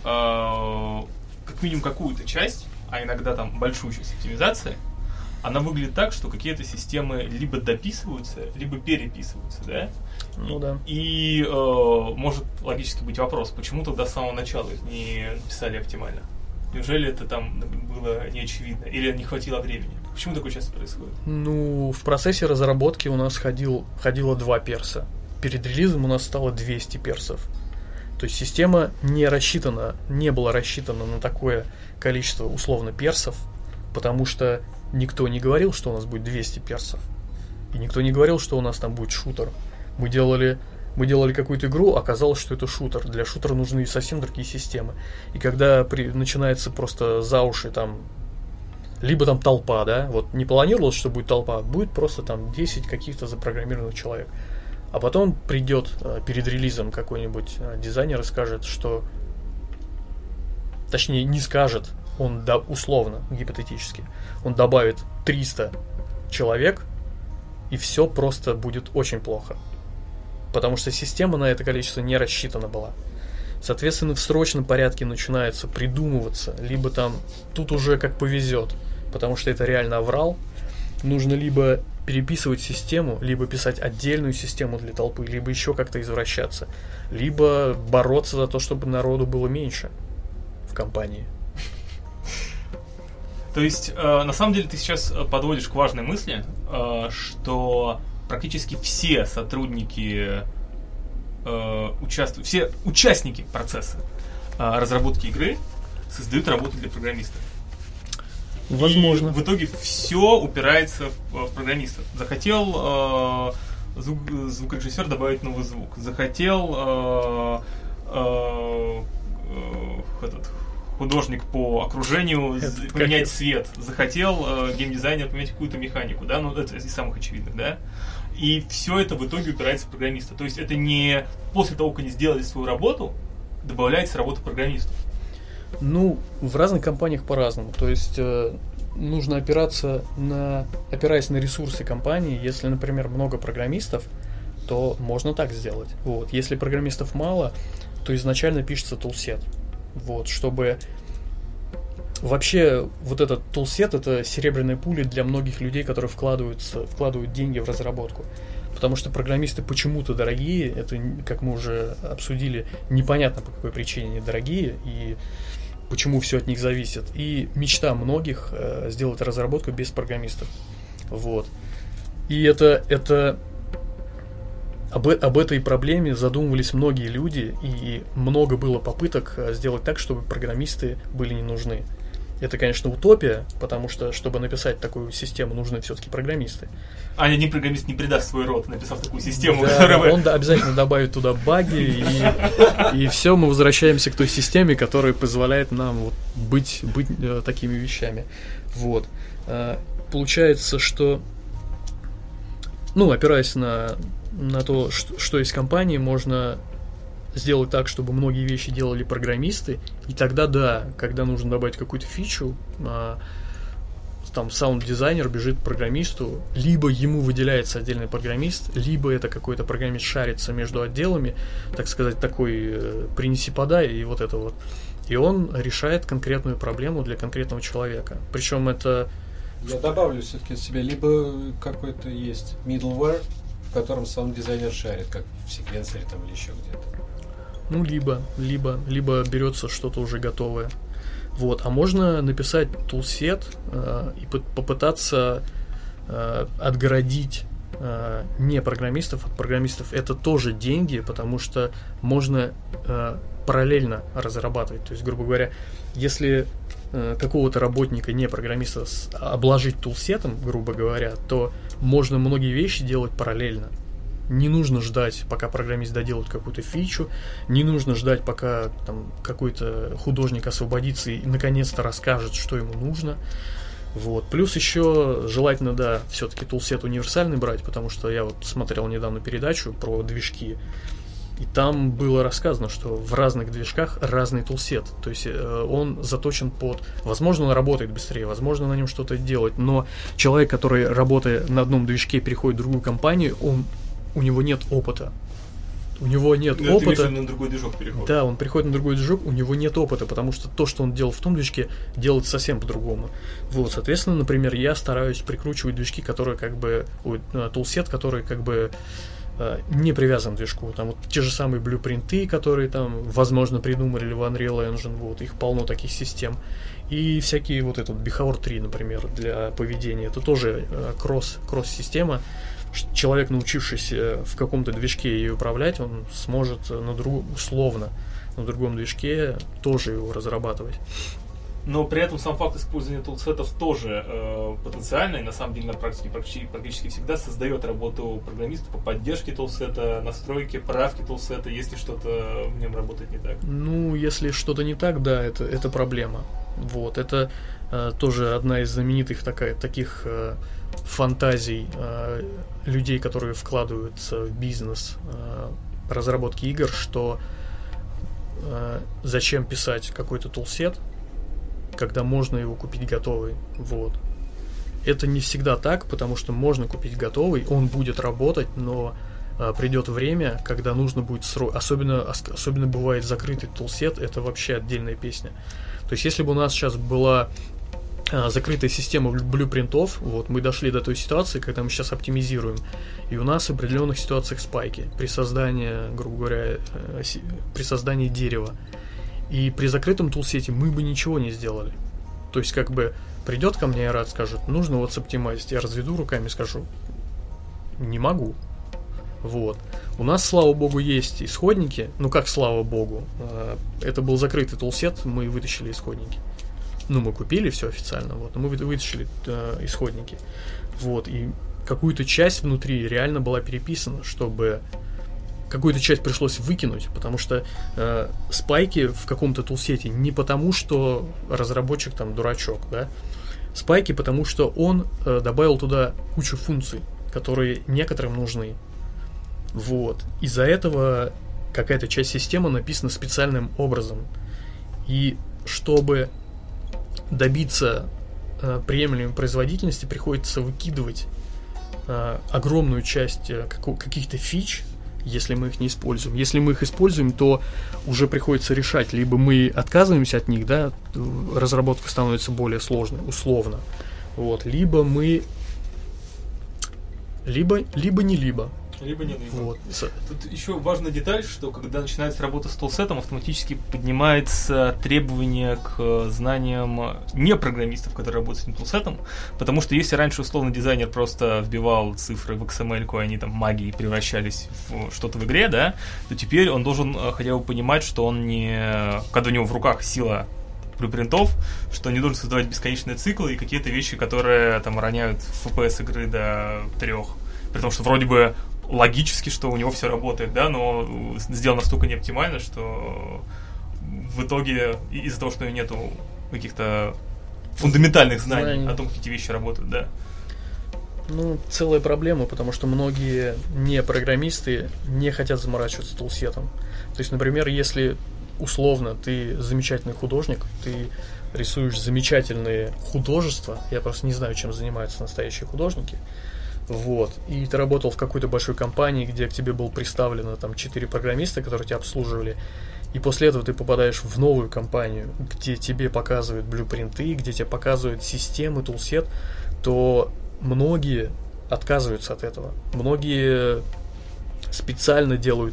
как минимум какую-то часть, а иногда там большую часть оптимизации, она выглядит так, что какие-то системы либо дописываются, либо переписываются, да? Да. И может логически быть вопрос, почему тогда с самого начала их не писали оптимально? Неужели это там было неочевидно? Или не хватило времени? Почему такое часто происходит? В процессе разработки у нас ходило 2 перса. Перед релизом у нас стало 200 персов. То есть система не была рассчитана на такое количество условно персов, потому что никто не говорил, что у нас будет 200 персов. И никто не говорил, что у нас там будет шутер. Мы делали какую-то игру, оказалось, что это шутер. Для шутера нужны совсем другие системы. И когда начинается просто за уши там Либо там толпа, да, вот не планировалось, что будет толпа, будет просто там 10 каких-то запрограммированных человек. А потом придет перед релизом какой-нибудь дизайнер и скажет, что... Точнее, не скажет, он условно, гипотетически, он добавит 300 человек, и все просто будет очень плохо. Потому что система на это количество не рассчитана была. Соответственно, в срочном порядке начинается придумываться, либо там тут уже как повезет, потому что это реально аврал. Нужно либо переписывать систему, либо писать отдельную систему для толпы, либо еще как-то извращаться, либо бороться за то, чтобы народу было меньше в компании. То есть, на самом деле, ты сейчас подводишь к важной мысли, что практически все сотрудники, все участники процесса разработки игры создают работу для программистов. Возможно. И в итоге все упирается в программистов. Захотел звукорежиссер добавить новый звук. Захотел художник по окружению поменять цвет. Захотел геймдизайнер поменять какую-то механику. Да? Ну, это из самых очевидных, да? И все это в итоге упирается в программиста. То есть это не после того, как они сделали свою работу, добавляется работа программистов. Ну, в разных компаниях по-разному. То есть нужно опираясь на ресурсы компании. Если, например, много программистов, то можно так сделать. Вот. Если программистов мало, то изначально пишется тулсет. Вот, чтобы... Вообще, вот этот тулсет — это серебряные пули для многих людей, которые вкладывают деньги в разработку. Потому что программисты почему-то дорогие, это, как мы уже обсудили, непонятно по какой причине они дорогие и почему все от них зависит. И мечта многих сделать разработку без программистов. Вот. И об этой проблеме задумывались многие люди, и много было попыток сделать так, чтобы программисты были не нужны. Это, конечно, утопия, потому что, чтобы написать такую систему, нужны все-таки программисты. А один программист не предаст свой род, написав такую систему. Да, которая... Он обязательно добавит туда баги, и все, мы возвращаемся к той системе, которая позволяет нам вот быть такими вещами. Вот. Получается, что, опираясь на то, что есть компании, можно сделать так, чтобы многие вещи делали программисты, и тогда, да, когда нужно добавить какую-то фичу, там саунд-дизайнер бежит к программисту, либо ему выделяется отдельный программист, либо это какой-то программист шарится между отделами, так сказать, такой принеси-подай, и вот это вот. И он решает конкретную проблему для конкретного человека. Причем это... Я добавлю все-таки от себя, либо какой-то есть middleware, в котором саунд-дизайнер шарит, как в секвенсоре там или еще где-то. Ну, либо берется что-то уже готовое. Вот. А можно написать тулсет и попытаться отгородить не программистов от программистов. Это тоже деньги, потому что можно параллельно разрабатывать. То есть, грубо говоря, если какого-то работника, не программиста, обложить тулсетом, грубо говоря, то можно многие вещи делать параллельно. Не нужно ждать, пока программист доделает какую-то фичу, не нужно ждать, пока там какой-то художник освободится и наконец-то расскажет, что ему нужно. Вот. Плюс еще желательно, да, все-таки тулсет универсальный брать, потому что я вот смотрел недавно передачу про движки, и там было рассказано, что в разных движках разный тулсет. То есть он заточен под... Возможно, он работает быстрее, возможно, на нем что-то делать, но человек, который, работая на одном движке, переходит в другую компанию, у него нет опыта. У него нет опыта. Ты на другой движок переходит. Да, он переходит на другой движок, у него нет опыта, потому что то, что он делал в том движке, делает совсем по-другому. Вот, соответственно, например, я стараюсь прикручивать движки, которые тулсет, который не привязан к движку. Там вот те же самые блюпринты, которые там, возможно, придумали в Unreal Engine, вот, их полно таких систем. И всякие вот этот Behavior 3, например, для поведения. Это тоже кросс-система. Человек, научившийся в каком-то движке ее управлять, он сможет условно на другом движке тоже его разрабатывать. Но при этом сам факт использования тулсетов тоже потенциально и на самом деле на практике практически всегда создает работу программиста по поддержке тулсета, настройке, правке тулсета, если что-то в нем работает не так. Ну, если что-то не так, да, это проблема. Вот, это тоже одна из знаменитых таких фантазий людей, которые вкладываются в бизнес разработки игр, что зачем писать какой-то тулсет, когда можно его купить готовый. Вот. Это не всегда так, потому что можно купить готовый, он будет работать, но придет время, когда нужно будет особенно бывает закрытый тулсет, это вообще отдельная песня. То есть, если бы у нас сейчас была закрытая система блюпринтов, вот мы дошли до той ситуации, когда мы сейчас оптимизируем, и у нас в определенных ситуациях спайки при создании, грубо говоря, при создании дерева. И при закрытом тулсете мы бы ничего не сделали. То есть, как бы придет ко мне Айрат, скажет, нужно вот соптимайзить, я разведу руками и скажу, не могу. Вот. У нас, слава богу, есть исходники. Ну как слава богу? Это был закрытый тулсет, мы вытащили исходники. Ну, мы купили все официально, вот, но мы вытащили исходники. Вот, и какую-то часть внутри реально была переписана, чтобы какую-то часть пришлось выкинуть, потому что спайки в каком-то тулсете не потому, что разработчик там дурачок, да, спайки потому, что он добавил туда кучу функций, которые некоторым нужны. Вот. Из-за этого какая-то часть системы написана специальным образом. И чтобы добиться приемлемой производительности, приходится выкидывать огромную часть каких-то фич, если мы их не используем. Если мы их используем, то уже приходится решать, либо мы отказываемся от них, да, разработка становится более сложной, условно, вот, либо мы либо не либо. Либо не либо. Вот. Тут еще важная деталь, что когда начинается работа с тулсетом, автоматически поднимается требование к знаниям не программистов, которые работают с этим тулсетом, потому что если раньше условно дизайнер просто вбивал цифры в XML-ку, и они там магией превращались в что-то в игре, да, то теперь он должен хотя бы понимать, что он не... Когда у него в руках сила блюпринтов, что не должен создавать бесконечные циклы и какие-то вещи, которые там роняют FPS игры до 3. При том, что вроде бы логически, что у него все работает, да, но сделано настолько неоптимально, что в итоге из-за того, что у него нету каких-то фундаментальных знаний о том, как эти вещи работают, да. Ну, целая проблема, потому что многие не программисты не хотят заморачиваться тулсетом. То есть, например, если условно ты замечательный художник, ты рисуешь замечательные художества, я просто не знаю, чем занимаются настоящие художники, вот, и ты работал в какой-то большой компании, где к тебе было представлено там 4 программиста, которые тебя обслуживали, и после этого ты попадаешь в новую компанию, где тебе показывают блюпринты, где тебе показывают системы, тулсет, то многие отказываются от этого. Многие специально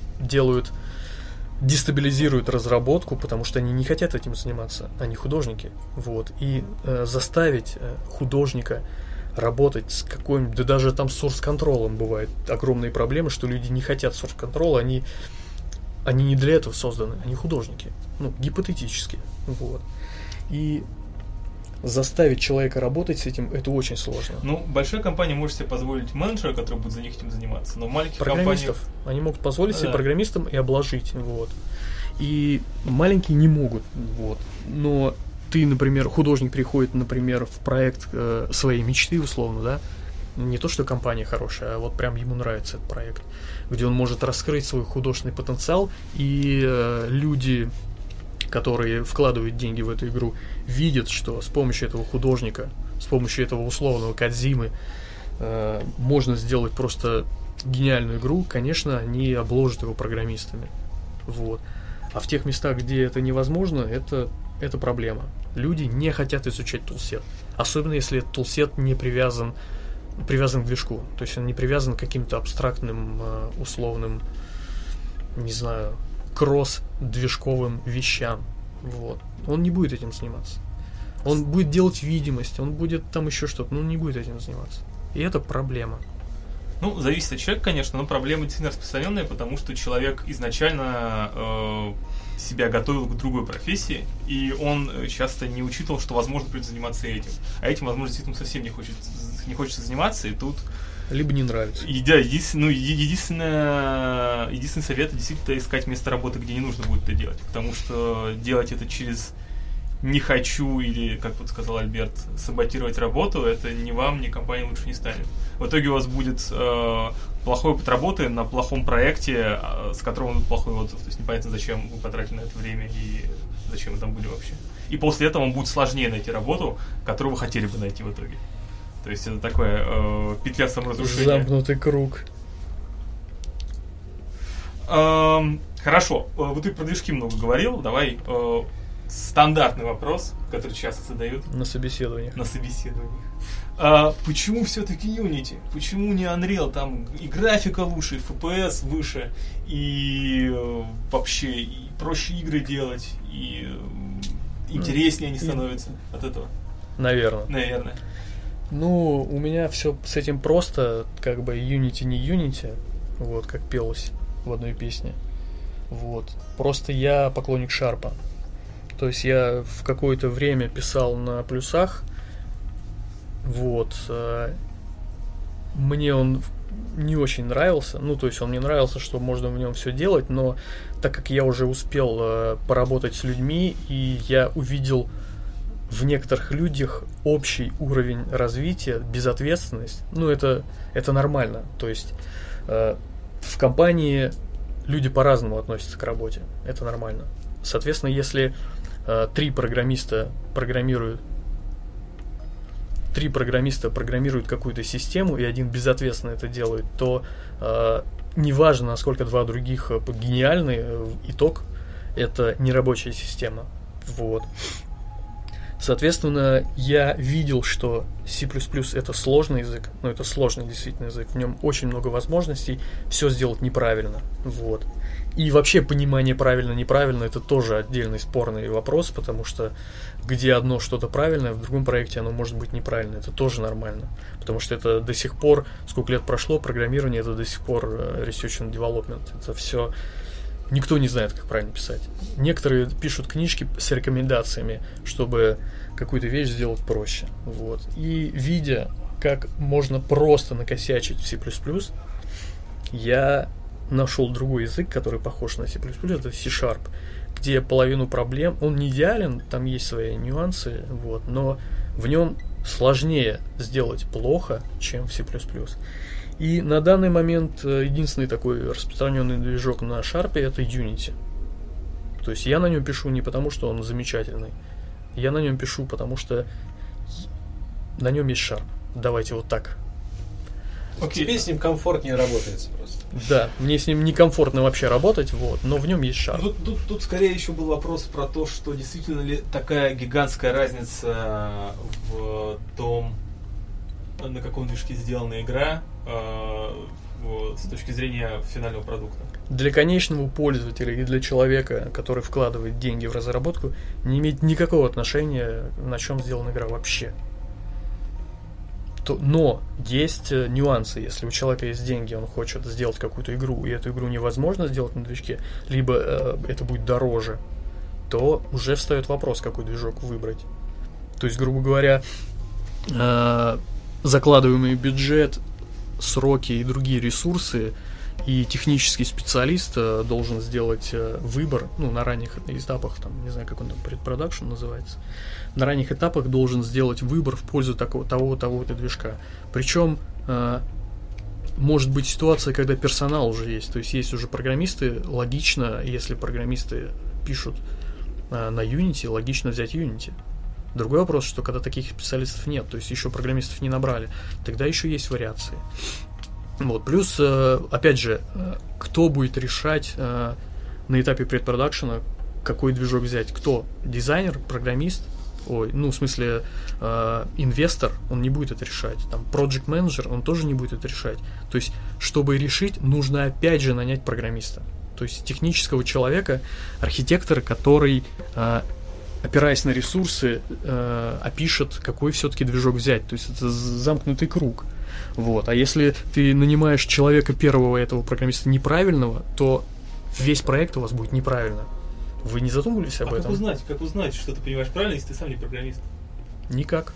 дестабилизируют разработку, потому что они не хотят этим заниматься, они художники. Вот. И заставить художника работать с какой-нибудь, да даже там с source-контролом бывают огромные проблемы, что люди не хотят source-контрола, они не для этого созданы, они художники, ну, гипотетически. Вот. И заставить человека работать с этим, это очень сложно. Ну, большая компания может себе позволить менеджера, который будет за них этим заниматься, но в маленьких программистов компаниях... Они могут позволить себе программистам и обложить, вот. И маленькие не могут, вот. Но ты, например, художник приходит, например, в проект своей мечты, условно, да, не то, что компания хорошая, а вот прям ему нравится этот проект, где он может раскрыть свой художественный потенциал, и люди, которые вкладывают деньги в эту игру, видят, что с помощью этого художника, с помощью этого условного Кодзимы можно сделать просто гениальную игру, конечно, они обложат его программистами. Вот. А в тех местах, где это невозможно, это проблема. Люди не хотят изучать тулсет. Особенно если этот тулсет не привязан к движку. То есть он не привязан к каким-то абстрактным, условным, не знаю, кросс-движковым вещам. Вот. Он не будет этим заниматься. Он будет делать видимость, он будет там еще что-то, но он не будет этим заниматься. И это проблема. Ну, зависит от человека, конечно, но проблема действительно распространенная, потому что человек изначально себя готовил к другой профессии, и он часто не учитывал, что, возможно, придется заниматься этим. А этим, возможно, действительно совсем не хочется заниматься, и тут... Либо не нравится. И да, единственный совет — действительно искать место работы, где не нужно будет это делать, потому что делать это через не хочу или, как вот сказал Альберт, саботировать работу, это ни вам, ни компании лучше не станет. В итоге у вас будет плохой опыт работы на плохом проекте, с которого будет плохой отзыв. То есть непонятно, зачем вы потратили на это время и зачем вы там были вообще. И после этого вам будет сложнее найти работу, которую вы хотели бы найти в итоге. То есть это такое петля саморазрушения. Замкнутый круг. Хорошо, вот ты про движки много говорил, давай стандартный вопрос, который часто задают На собеседованиях. Почему все-таки Unity? Почему не Unreal? Там и графика лучше, и FPS выше, и вообще и проще игры делать, и интереснее они становятся от этого. Наверное. Ну, у меня все с этим просто, как бы Unity не Unity, вот как пелось в одной песне. Вот. Просто я поклонник Шарпа. То есть я в какое-то время писал на плюсах. Вот. Мне он не очень нравился. Ну, то есть он мне нравился, что можно в нем все делать, но так как я уже успел поработать с людьми, и я увидел в некоторых людях общий уровень развития, безответственность, ну, это нормально. То есть в компании люди по-разному относятся к работе. Это нормально. Соответственно, если 3 программиста программируют какую-то систему, и один безответственно это делает, то неважно, насколько 2 других гениальны, итог — это нерабочая система. Вот. Соответственно, я видел, что C++ это сложный язык, но это сложный действительно язык, в нем очень много возможностей все сделать неправильно. Вот. И вообще понимание правильно-неправильно — это тоже отдельный спорный вопрос, потому что где одно что-то правильное, в другом проекте оно может быть неправильно. Это тоже нормально, потому что это до сих пор, сколько лет прошло, программирование — это до сих пор research and development. Это все... Никто не знает, как правильно писать. Некоторые пишут книжки с рекомендациями, чтобы какую-то вещь сделать проще. Вот. И видя, как можно просто накосячить в C++, я нашел другой язык, который похож на C++, это C#, где половину проблем, он не идеален, там есть свои нюансы, вот, но в нем сложнее сделать плохо, чем в C++. И на данный момент единственный такой распространенный движок на Sharp — это Unity. То есть я на нем пишу не потому, что он замечательный, я на нем пишу, потому что на нем есть Sharp. Давайте вот так. Тебе с ним комфортнее работается просто. Да, мне с ним некомфортно вообще работать, вот, но в нем есть Sharp. Тут скорее еще был вопрос про то, что действительно ли такая гигантская разница в том, на каком движке сделана игра, с точки зрения финального продукта. Для конечного пользователя и для человека, который вкладывает деньги в разработку, не имеет никакого отношения, на чем сделана игра вообще. Но есть нюансы. Если у человека есть деньги, он хочет сделать какую-то игру, и эту игру невозможно сделать на движке, либо это будет дороже, то уже встает вопрос, какой движок выбрать. То есть, грубо говоря, закладываемый бюджет, сроки и другие ресурсы, и технический специалист должен сделать выбор, на ранних этапах, там, не знаю, как он там, предпродакшн называется, на ранних этапах должен сделать выбор в пользу того-то движка. Причем может быть ситуация, когда персонал уже есть, то есть есть уже программисты, логично, если программисты пишут на Unity, логично взять Unity. Другой вопрос, что когда таких специалистов нет, то есть еще программистов не набрали, тогда еще есть вариации. Вот. Плюс, опять же, кто будет решать на этапе предпродакшена, какой движок взять? Кто? Дизайнер, программист? Инвестор, он не будет это решать. Там, project manager, он тоже не будет это решать. То есть, чтобы решить, нужно опять же нанять программиста. То есть, технического человека, архитектора, который... опираясь на ресурсы, опишет, какой все-таки движок взять. То есть это замкнутый круг. Вот. А если ты нанимаешь человека первого этого программиста неправильного, то весь проект у вас будет неправильно. Вы не задумывались об этом? Как узнать, что ты понимаешь правильно, если ты сам не программист? Никак.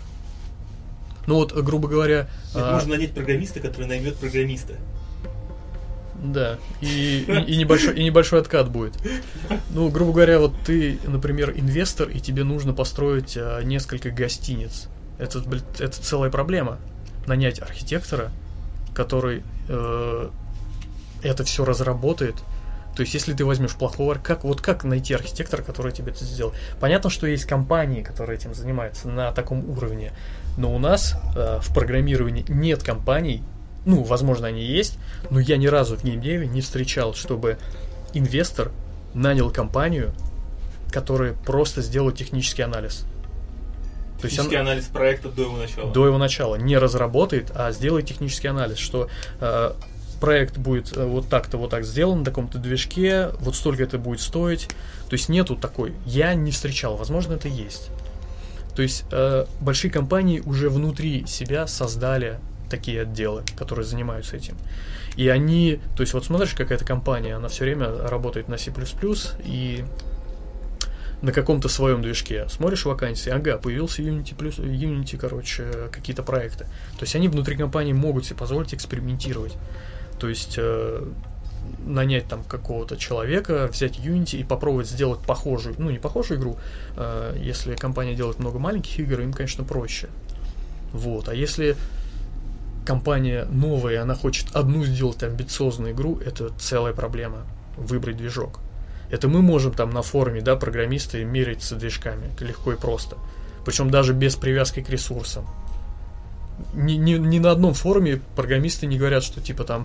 Грубо говоря... Можно нанять программиста, который наймет программиста. Да, и небольшой откат будет. Ну, грубо говоря, вот ты, например, инвестор, и тебе нужно построить несколько гостиниц. Это целая проблема. Нанять архитектора, который это все разработает. То есть, если ты возьмешь плохого, как найти архитектора, который тебе это сделал? Понятно, что есть компании, которые этим занимаются на таком уровне, но у нас в программировании нет компаний. Ну, возможно, они есть, но я ни разу в геймдеве не встречал, чтобы инвестор нанял компанию, которая просто сделает технический анализ. Технический анализ проекта до его начала. До его начала. Не разработает, а сделает технический анализ, что проект будет вот так-то, вот так сделан на таком-то движке, вот столько это будет стоить. То есть нету такой. Я не встречал, возможно, это есть. То есть большие компании уже внутри себя создали такие отделы, которые занимаются этим. И они, то есть вот смотришь, какая-то компания, она все время работает на C++ и на каком-то своем движке. Смотришь вакансии, ага, появился Unity, короче, какие-то проекты. То есть они внутри компании могут себе позволить экспериментировать. То есть нанять там какого-то человека, взять Unity и попробовать сделать похожую, ну не похожую игру. Если компания делает много маленьких игр, им, конечно, проще. Вот. А если компания новая, она хочет одну сделать амбициозную игру, это целая проблема. Выбрать движок. Это мы можем там на форуме, да, программисты мериться движками. Это легко и просто. Причем даже без привязки к ресурсам. Ни на одном форуме программисты не говорят, что типа там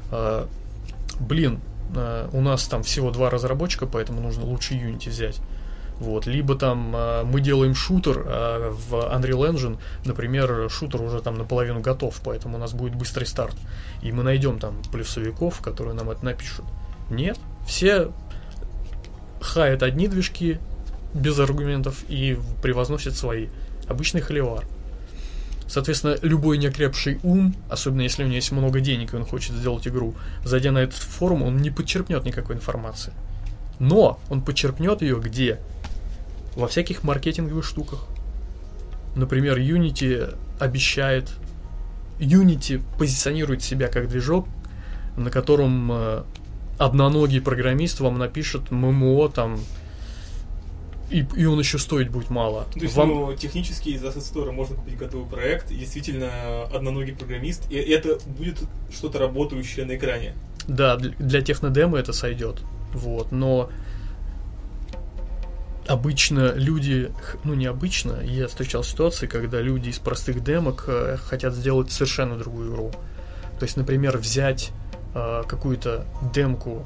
у нас там всего 2 разработчика, поэтому нужно лучше Unity взять. Вот. Либо там мы делаем шутер, а в Unreal Engine, например, шутер уже там наполовину готов, поэтому у нас будет быстрый старт. И мы найдем там плюсовиков, которые нам это напишут. Нет, все хаят одни движки без аргументов и превозносят свои. Обычный холивар. Соответственно, любой неокрепший ум, особенно если у него есть много денег и он хочет сделать игру, зайдя на этот форум, он не подчерпнет никакой информации. Но он подчерпнет ее где? Во всяких маркетинговых штуках. Например, Unity позиционирует себя как движок, на котором одноногий программист вам напишет ММО там, и он еще стоить будет мало. То есть, технически из Asset Store можно купить готовый проект, и действительно одноногий программист, и это будет что-то работающее на экране. Да, для технодемо это сойдет. Вот, но обычно люди, необычно, я встречал ситуации, когда люди из простых демок хотят сделать совершенно другую игру. То есть, например, взять какую-то демку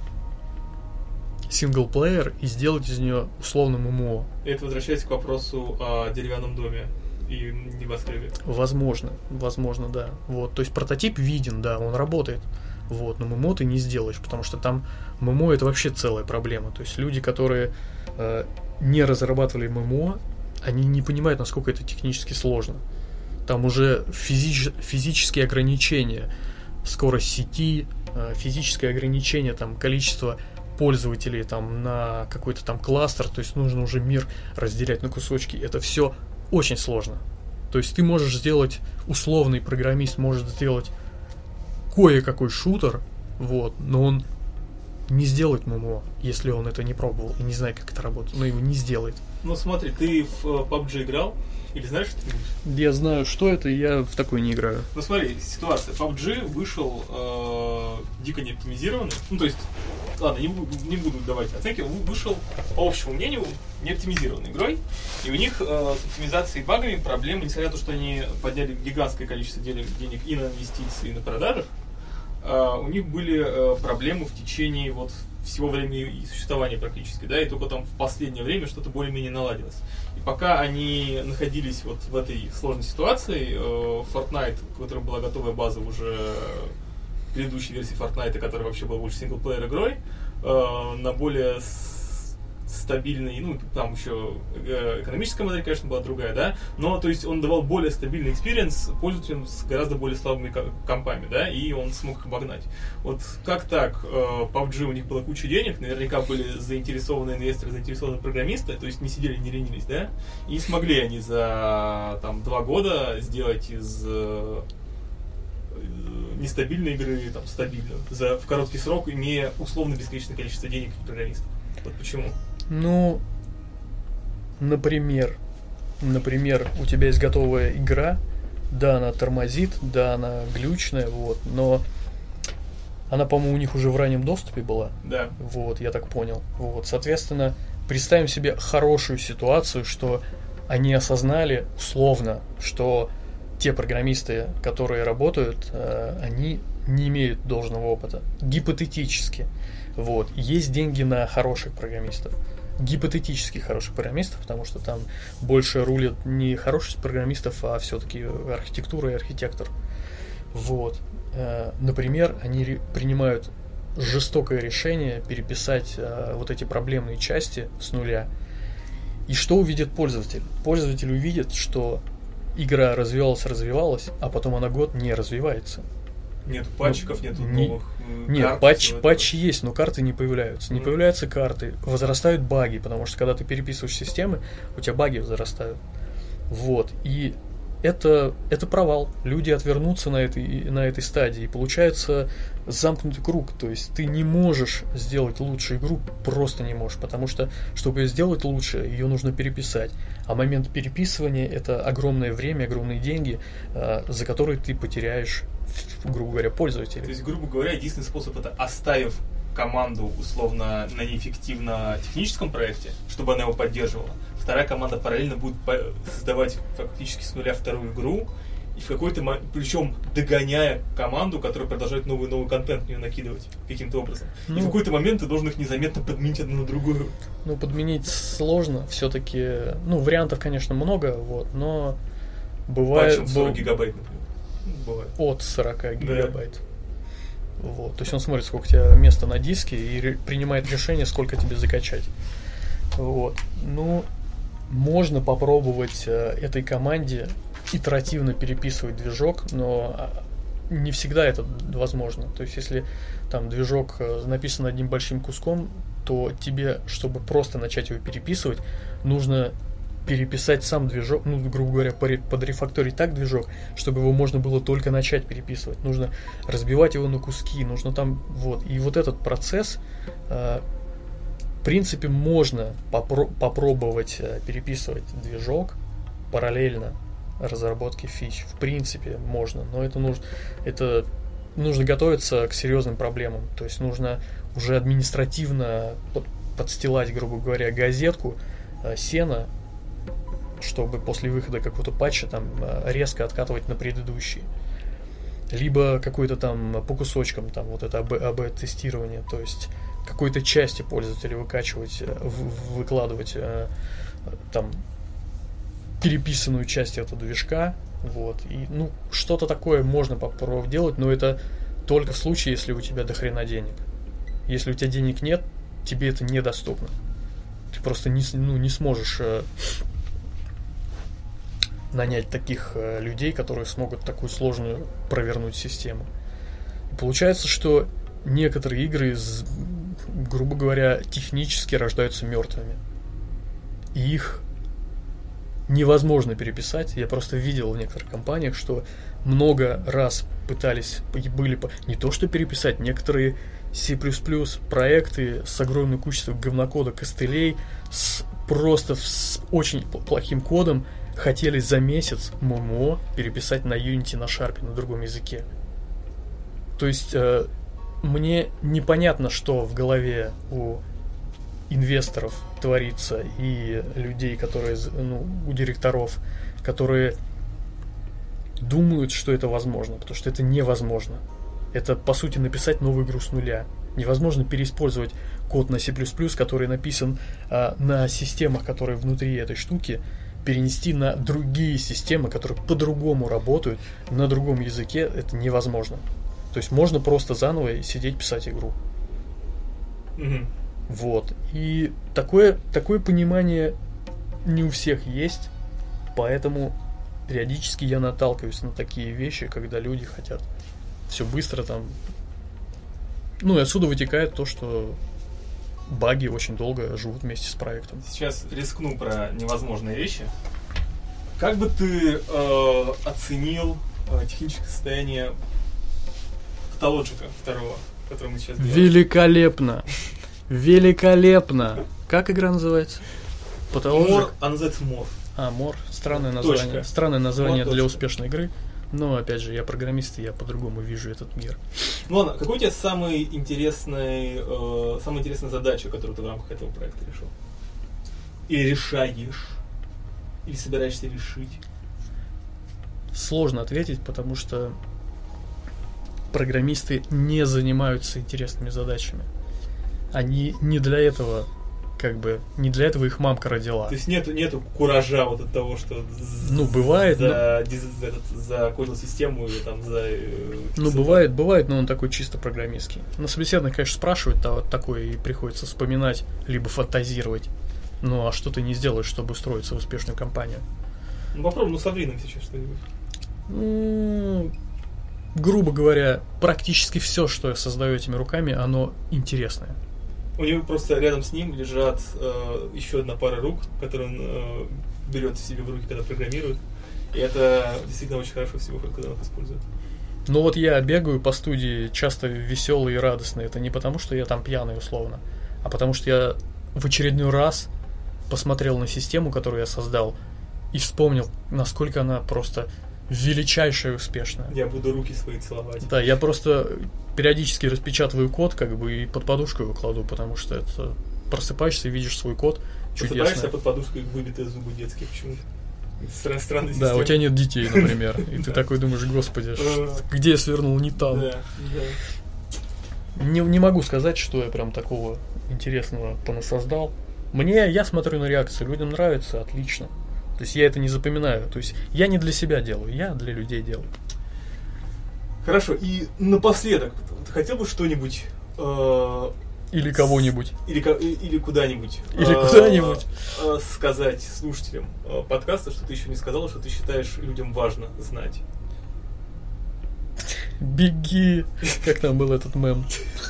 синглплеер и сделать из нее условно ММО. Это возвращается к вопросу о деревянном доме и небоскребе. Возможно, да. Вот, то есть прототип виден, да, он работает. Вот, но ММО ты не сделаешь, потому что там ММО это вообще целая проблема. То есть люди, которые не разрабатывали ММО, они не понимают, насколько это технически сложно. Там уже физические ограничения, скорость сети, физическое ограничение, там, количество пользователей там, на какой-то там кластер, то есть нужно уже мир разделять на кусочки. Это все очень сложно. То есть ты можешь сделать, условный программист может сделать кое-какой шутер, вот, но он не сделает ММО, если он это не пробовал и не знает, как это работает. Но его не сделает. Ну смотри, ты в PUBG играл? Или знаешь, что это? Я знаю, что это, и я в такой не играю. Ну смотри, ситуация. PUBG вышел дико неоптимизированный. Ну то есть, ладно, не буду давать оценки. Вышел, по общему мнению, неоптимизированной игрой. И у них с оптимизацией и багами проблемы, несмотря на то, что они подняли гигантское количество денег и на инвестиции, и на продажах, у них были проблемы в течение вот всего времени существования практически, да, и только там в последнее время что-то более-менее наладилось. И пока они находились вот в этой сложной ситуации, Fortnite, у которого была готовая база уже предыдущей версии Fortnite, которая вообще была больше синглплеер игрой, на более стабильный, ну, там еще экономическая модель, конечно, была другая, да, но, то есть, он давал более стабильный экспириенс пользователям с гораздо более слабыми компами, да, и он смог их обогнать. Вот как так? PUBG, у них была куча денег, наверняка были заинтересованные инвесторы, заинтересованные программисты, то есть, не сидели, не ленились, да, и смогли они за, там, 2 года сделать из нестабильной игры там, стабильную в короткий срок, имея условно бесконечное количество денег и программистов? Вот почему? Ну, например, у тебя есть готовая игра, да, она тормозит, да, она глючная, вот, но она, по-моему, у них уже в раннем доступе была. Да. Вот, я так понял. Вот, соответственно, представим себе хорошую ситуацию, что они осознали условно, что те программисты, которые работают, они не имеют должного опыта. Гипотетически. Вот. Есть деньги на хороших программистов. Гипотетически хороших программистов, потому что там больше рулят не хороших программистов, а все-таки архитектура и архитектор. Вот. Например, они принимают жестокое решение переписать вот эти проблемные части с нуля. И что увидит пользователь? Пользователь увидит, что игра развивалась, а потом она год не развивается. Нет патчиков, нет новых Нет, патчи есть, но карты не появляются. Не появляются карты, возрастают баги, потому что когда ты переписываешь системы, у тебя баги возрастают. Вот. И это провал. Люди отвернутся на этой стадии. И получается замкнутый круг. То есть ты не можешь сделать лучшую игру, просто не можешь. Потому что, чтобы ее сделать лучше, ее нужно переписать. А момент переписывания — это огромное время, огромные деньги, за которые ты потеряешь, грубо говоря, пользователей. То есть, грубо говоря, единственный способ — это оставив команду условно на неэффективно техническом проекте, чтобы она его поддерживала. Вторая команда параллельно будет создавать фактически с нуля вторую игру, и в какой-то момент, причем догоняя команду, которая продолжает новый контент в нее накидывать каким-то образом. И в какой-то момент ты должен их незаметно подменить одну на другую. Ну, подменить сложно, все-таки, вариантов, конечно, много, вот, но бывает... Патчем 40 гигабайт, например. Бывает. От 40 гигабайт. Вот. То есть он смотрит, сколько у тебя места на диске, и принимает решение, сколько тебе закачать. Вот. Можно попробовать этой команде итеративно переписывать движок, но не всегда это возможно. То есть, если там движок написан одним большим куском, то тебе, чтобы просто начать его переписывать, нужно переписать сам движок, грубо говоря, подрефакторить так движок, чтобы его можно было только начать переписывать. Нужно разбивать его на куски, нужно там, вот. И вот этот процесс, в принципе, можно попробовать переписывать движок параллельно разработке фич. В принципе, можно, но это нужно готовиться к серьезным проблемам. То есть нужно уже административно подстилать, грубо говоря, газетку, сено, чтобы после выхода какого-то патча там резко откатывать на предыдущий. Либо какой-то там по кусочкам, там вот это АБ-тестирование, то есть какой-то части пользователя выкладывать там переписанную часть этого движка, вот, и, что-то такое можно попробовать делать, но это только в случае, если у тебя до хрена денег. Если у тебя денег нет, тебе это недоступно. Ты просто не сможешь нанять таких людей, которые смогут такую сложную провернуть систему. И получается, что некоторые игры, грубо говоря, технически рождаются мертвыми. И их невозможно переписать. Я просто видел в некоторых компаниях, что много раз пытались, не то что переписать, некоторые C++ проекты с огромным количеством говнокода, костылей, просто с очень плохим кодом хотели за месяц ММО переписать на Unity, на Sharp, на другом языке. То есть мне непонятно, что в голове у инвесторов творится и людей, которые, у директоров, которые думают, что это возможно, потому что это невозможно. Это, по сути, написать новую игру с нуля. Невозможно переиспользовать код на C++, который написан на системах, которые внутри этой штуки, перенести на другие системы, которые по-другому работают, на другом языке. Это невозможно. То есть можно просто заново сидеть писать игру. Mm-hmm. Вот. И такое понимание не у всех есть, поэтому периодически я наталкиваюсь на такие вещи, когда люди хотят все быстро там. И отсюда вытекает то, что баги очень долго живут вместе с проектом. Сейчас рискну про невозможные вещи. Как бы ты оценил техническое состояние автологика второго, который мы сейчас делаем. Великолепно! Великолепно! Как игра называется? More, Undead More. More. Странное название. Точка. Странное название More. для успешной игры. Но, опять же, я программист, и я по-другому вижу этот мир. Ну ладно, какой у тебя самая интересная задача, которую ты в рамках этого проекта решил? Или решаешь? Или собираешься решить? Сложно ответить, потому что программисты не занимаются интересными задачами. Они не для этого, не для этого их мамка родила. То есть нету куража вот от того, что бывает, за кодил систему или там за... бывает, но он такой чисто программистский. На собеседованиях, конечно, спрашивают такое, и приходится вспоминать, либо фантазировать. Ну, а что ты не сделаешь, чтобы устроиться в успешную компанию? Попробуй, соври нам сейчас что-нибудь. Грубо говоря, практически все, что я создаю этими руками, оно интересное. У него просто рядом с ним лежат еще одна пара рук, которую он берет себе в руки, когда программирует. И это действительно очень хорошо всего, когда он их использует. Ну вот я бегаю по студии часто веселый и радостный. Это не потому, что я там пьяный условно, а потому что я в очередной раз посмотрел на систему, которую я создал, и вспомнил, насколько она просто величайшая и успешная. Я буду руки свои целовать. Да, я просто периодически распечатываю код, и под подушку его кладу, потому что это просыпаешься и видишь свой код. Просыпаешься, а под подушкой выбитые зубы детские почему-то. Странная система. Да, у тебя нет детей, например, и ты такой думаешь, господи, где я свернул не там. Не могу сказать, что я прям такого интересного понасоздал. Я смотрю на реакцию, людям нравится, отлично. То есть я это не запоминаю. То есть я не для себя делаю, я для людей делаю. Хорошо, и напоследок, ты хотел бы что-нибудь... Или кого-нибудь. Или куда-нибудь. Или куда-нибудь. Сказать слушателям подкаста, что ты еще не сказал, что ты считаешь людям важно знать. Беги! Как там был этот мем?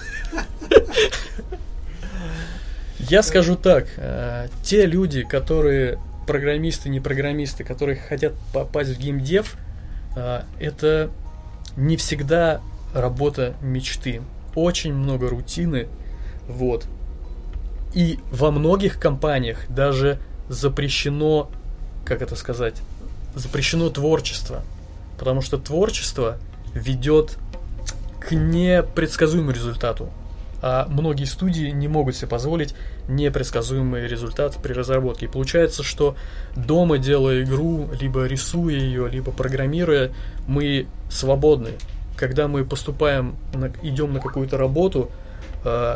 Я скажу так. Те люди, которые программисты, не программисты, которые хотят попасть в геймдев, это не всегда работа мечты. Очень много рутины. Вот. И во многих компаниях даже запрещено, запрещено творчество. Потому что творчество ведет к непредсказуемому результату. А многие студии не могут себе позволить непредсказуемый результат при разработке. И получается, что дома, делая игру, либо рисуя ее, либо программируя, мы свободны. Когда мы идем на какую-то работу, с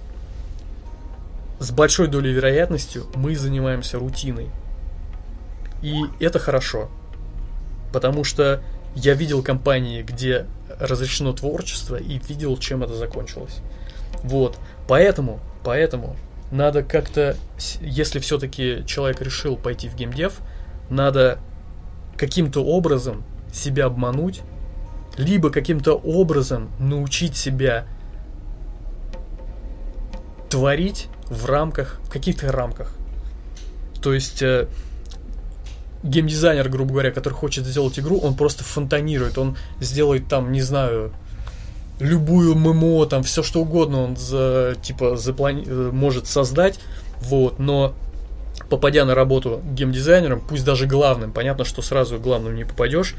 большой долей вероятностью мы занимаемся рутиной. И это хорошо. Потому что я видел компании, где разрешено творчество, и видел, чем это закончилось. Вот. Поэтому надо как-то, если все-таки человек решил пойти в геймдев, надо каким-то образом себя обмануть, либо каким-то образом научить себя творить в каких-то рамках. То есть геймдизайнер, грубо говоря, который хочет сделать игру, он просто фонтанирует, он сделает там, не знаю, любую ММО, там все что угодно он может создать, вот, но попадя на работу геймдизайнером, пусть даже главным, понятно, что сразу главным не попадешь,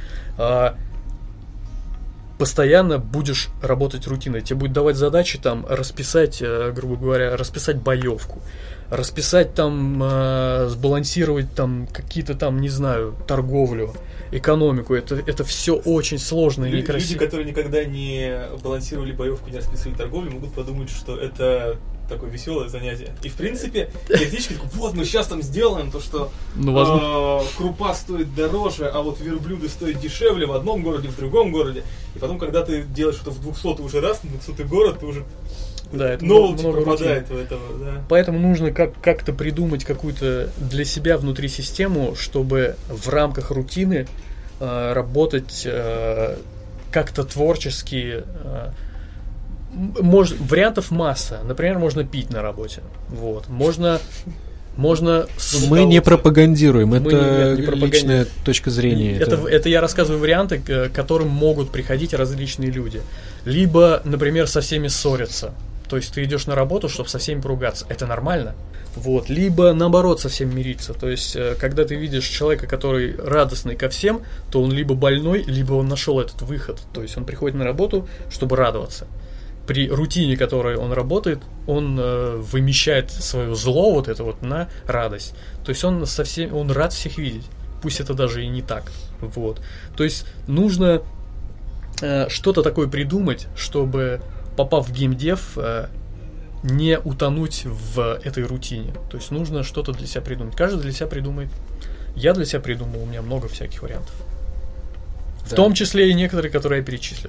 постоянно будешь работать рутиной. Тебе будет давать задачи там расписать, грубо говоря, расписать боевку, расписать там, сбалансировать там какие-то там, не знаю, торговлю, экономику. Это все очень сложно и некрасиво. Люди, которые никогда не балансировали боевку, не расписывали торговлю, могут подумать, что это такое веселое занятие. И в принципе, теоретически, вот мы сейчас там сделаем то, что крупа стоит дороже, а вот верблюды стоят дешевле в одном городе, в другом городе. И потом, когда ты делаешь что-то в 200-й уже раз, на 200-й город, ты уже новелти пропадает в этого. Да. Поэтому нужно как-то придумать какую-то для себя внутри систему, чтобы в рамках рутины работать как-то творчески. Вариантов масса. Например, можно пить на работе. Вот. Можно Можно... Мы не пропагандируем, Мы это не пропагандируем. личная точка зрения. Это я рассказываю варианты, к которым могут приходить различные люди. Либо, например, со всеми ссориться. То есть ты идешь на работу, чтобы со всеми поругаться. Это нормально. Вот. Либо наоборот со всеми мириться. То есть, когда ты видишь человека, который радостный ко всем, то он либо больной, либо он нашел этот выход. То есть он приходит на работу, чтобы радоваться. При рутине, которой он работает, он вымещает свое зло вот это вот на радость. То есть он рад всех видеть. Пусть это даже и не так. Вот. То есть нужно что-то такое придумать, чтобы, попав в геймдев, не утонуть в этой рутине. То есть нужно что-то для себя придумать. Каждый для себя придумает. Я для себя придумал, у меня много всяких вариантов. Да. В том числе и некоторые, которые я перечислил.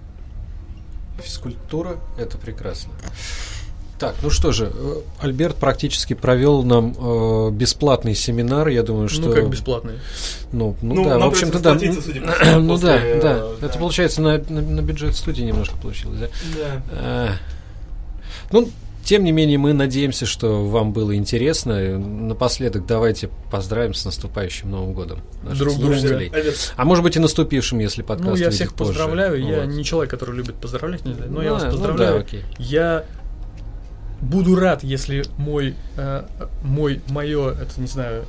Физкультура – это прекрасно. Так, ну что же, Альберт практически провел нам бесплатный семинар, я думаю, что... Ну, как бесплатный? Ну да, в общем-то, да. Ну да. Это, получается, на бюджет студии немножко получилось, да? Да. Ну, тем не менее, мы надеемся, что вам было интересно. Напоследок давайте поздравим с наступающим Новым годом наших Друг друга. слушателей. А может быть и наступившим, если подкаст Ну, я выйдет всех позже. поздравляю. Я Вот. не человек, который любит поздравлять, но я вас Ну поздравляю. да, окей. Я буду рад, если мое, это не знаю,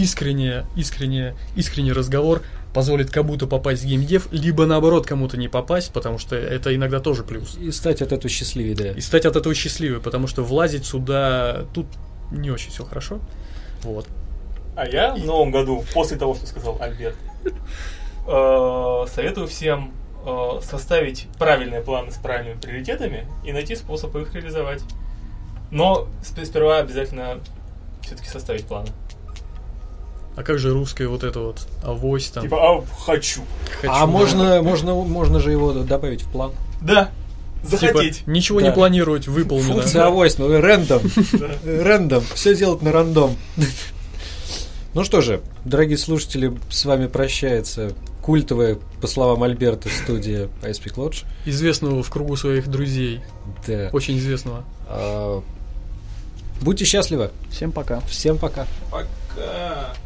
искренний разговор позволит кому-то попасть в геймдев, либо наоборот кому-то не попасть, потому что это иногда тоже плюс. И стать от этого счастливее, да. И стать от этого счастливым, потому что влазить сюда тут не очень все хорошо. Вот. А я в новом году, после того, что сказал Альберт, советую всем составить правильные планы с правильными приоритетами и найти способ их реализовать. Но сперва обязательно все-таки составить планы. А как же русское вот это вот авось там? Типа, хочу. А можно же его добавить в план. Да. Типа, Захотеть. ничего Да. не планировать, выполнено. Функция авось, ну рэндом. Рэндом. Все делать на рандом. Ну что же, дорогие слушатели, с вами прощается культовая, по словам Альберта, студия iSpeak Lodge. Известного в кругу своих друзей. Да. Очень известного. Будьте счастливы. Всем пока. Всем пока. Пока.